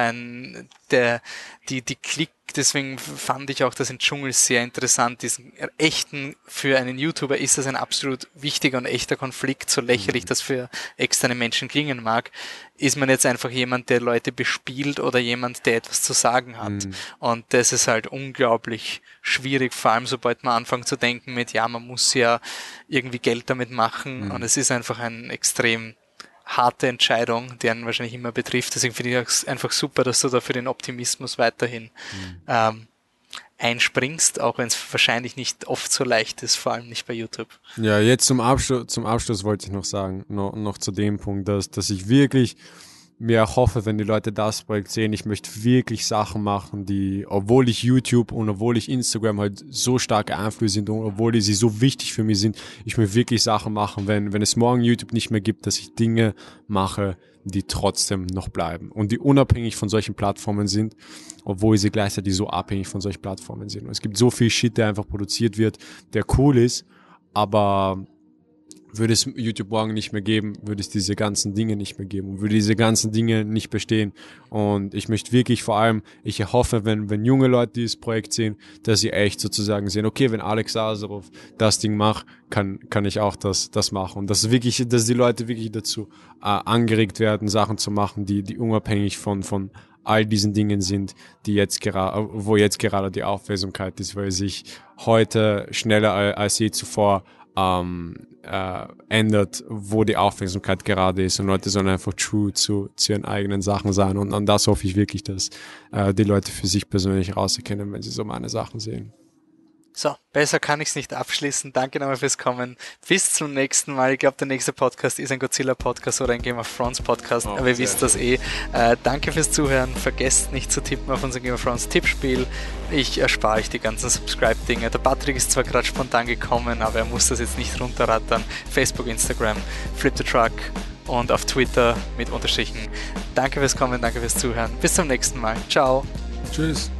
S1: die Klick, deswegen fand ich auch das in Dschungel sehr interessant. Für einen YouTuber ist das ein absolut wichtiger und echter Konflikt, so lächerlich das für externe Menschen klingen mag. Ist man jetzt einfach jemand, der Leute bespielt oder jemand, der etwas zu sagen hat? Und das ist halt unglaublich schwierig, vor allem sobald man anfängt zu denken mit, ja, man muss ja irgendwie Geld damit machen und es ist einfach ein extrem harte Entscheidung, die einen wahrscheinlich immer betrifft. Deswegen finde ich es einfach super, dass du da für den Optimismus weiterhin einspringst, auch wenn es wahrscheinlich nicht oft so leicht ist, vor allem nicht bei YouTube.
S2: Ja, jetzt zum Abschluss wollte ich noch sagen, noch zu dem Punkt, dass ich wirklich mir hoffe, wenn die Leute das Projekt sehen, ich möchte wirklich Sachen machen, die, obwohl ich YouTube und obwohl ich Instagram halt so starke Einflüsse sind und obwohl sie so wichtig für mich sind, ich möchte wirklich Sachen machen, wenn es morgen YouTube nicht mehr gibt, dass ich Dinge mache, die trotzdem noch bleiben und die unabhängig von solchen Plattformen sind, obwohl sie gleichzeitig so abhängig von solchen Plattformen sind. Und es gibt so viel Shit, der einfach produziert wird, der cool ist, aber würde es YouTube morgen nicht mehr geben, würde es diese ganzen Dinge nicht mehr geben und würde diese ganzen Dinge nicht bestehen. Und ich möchte wirklich vor allem, ich hoffe, wenn junge Leute dieses Projekt sehen, dass sie echt sozusagen sehen, okay, wenn Alex Lazarov das Ding macht, kann ich auch das machen. Und dass die Leute wirklich dazu angeregt werden, Sachen zu machen, die unabhängig von all diesen Dingen sind, wo jetzt gerade die Aufmerksamkeit ist, weil sich heute schneller als je zuvor ändert, wo die Aufmerksamkeit gerade ist und Leute sollen einfach true zu ihren eigenen Sachen sein und an das hoffe ich wirklich, dass die Leute für sich persönlich rauserkennen, wenn sie so meine Sachen sehen.
S1: So, besser kann ich es nicht abschließen. Danke nochmal fürs Kommen. Bis zum nächsten Mal. Ich glaube, der nächste Podcast ist ein Godzilla-Podcast oder ein Game of Thrones-Podcast, aber ihr wisst das eh. Danke fürs Zuhören. Vergesst nicht zu tippen auf unser Game of Thrones Tippspiel. Ich erspare euch die ganzen Subscribe-Dinge. Der Patrick ist zwar gerade spontan gekommen, aber er muss das jetzt nicht runterrattern. Facebook, Instagram, Flip the Truck und auf Twitter mit Unterstrichen. Danke fürs Kommen, danke fürs Zuhören. Bis zum nächsten Mal. Ciao.
S2: Tschüss.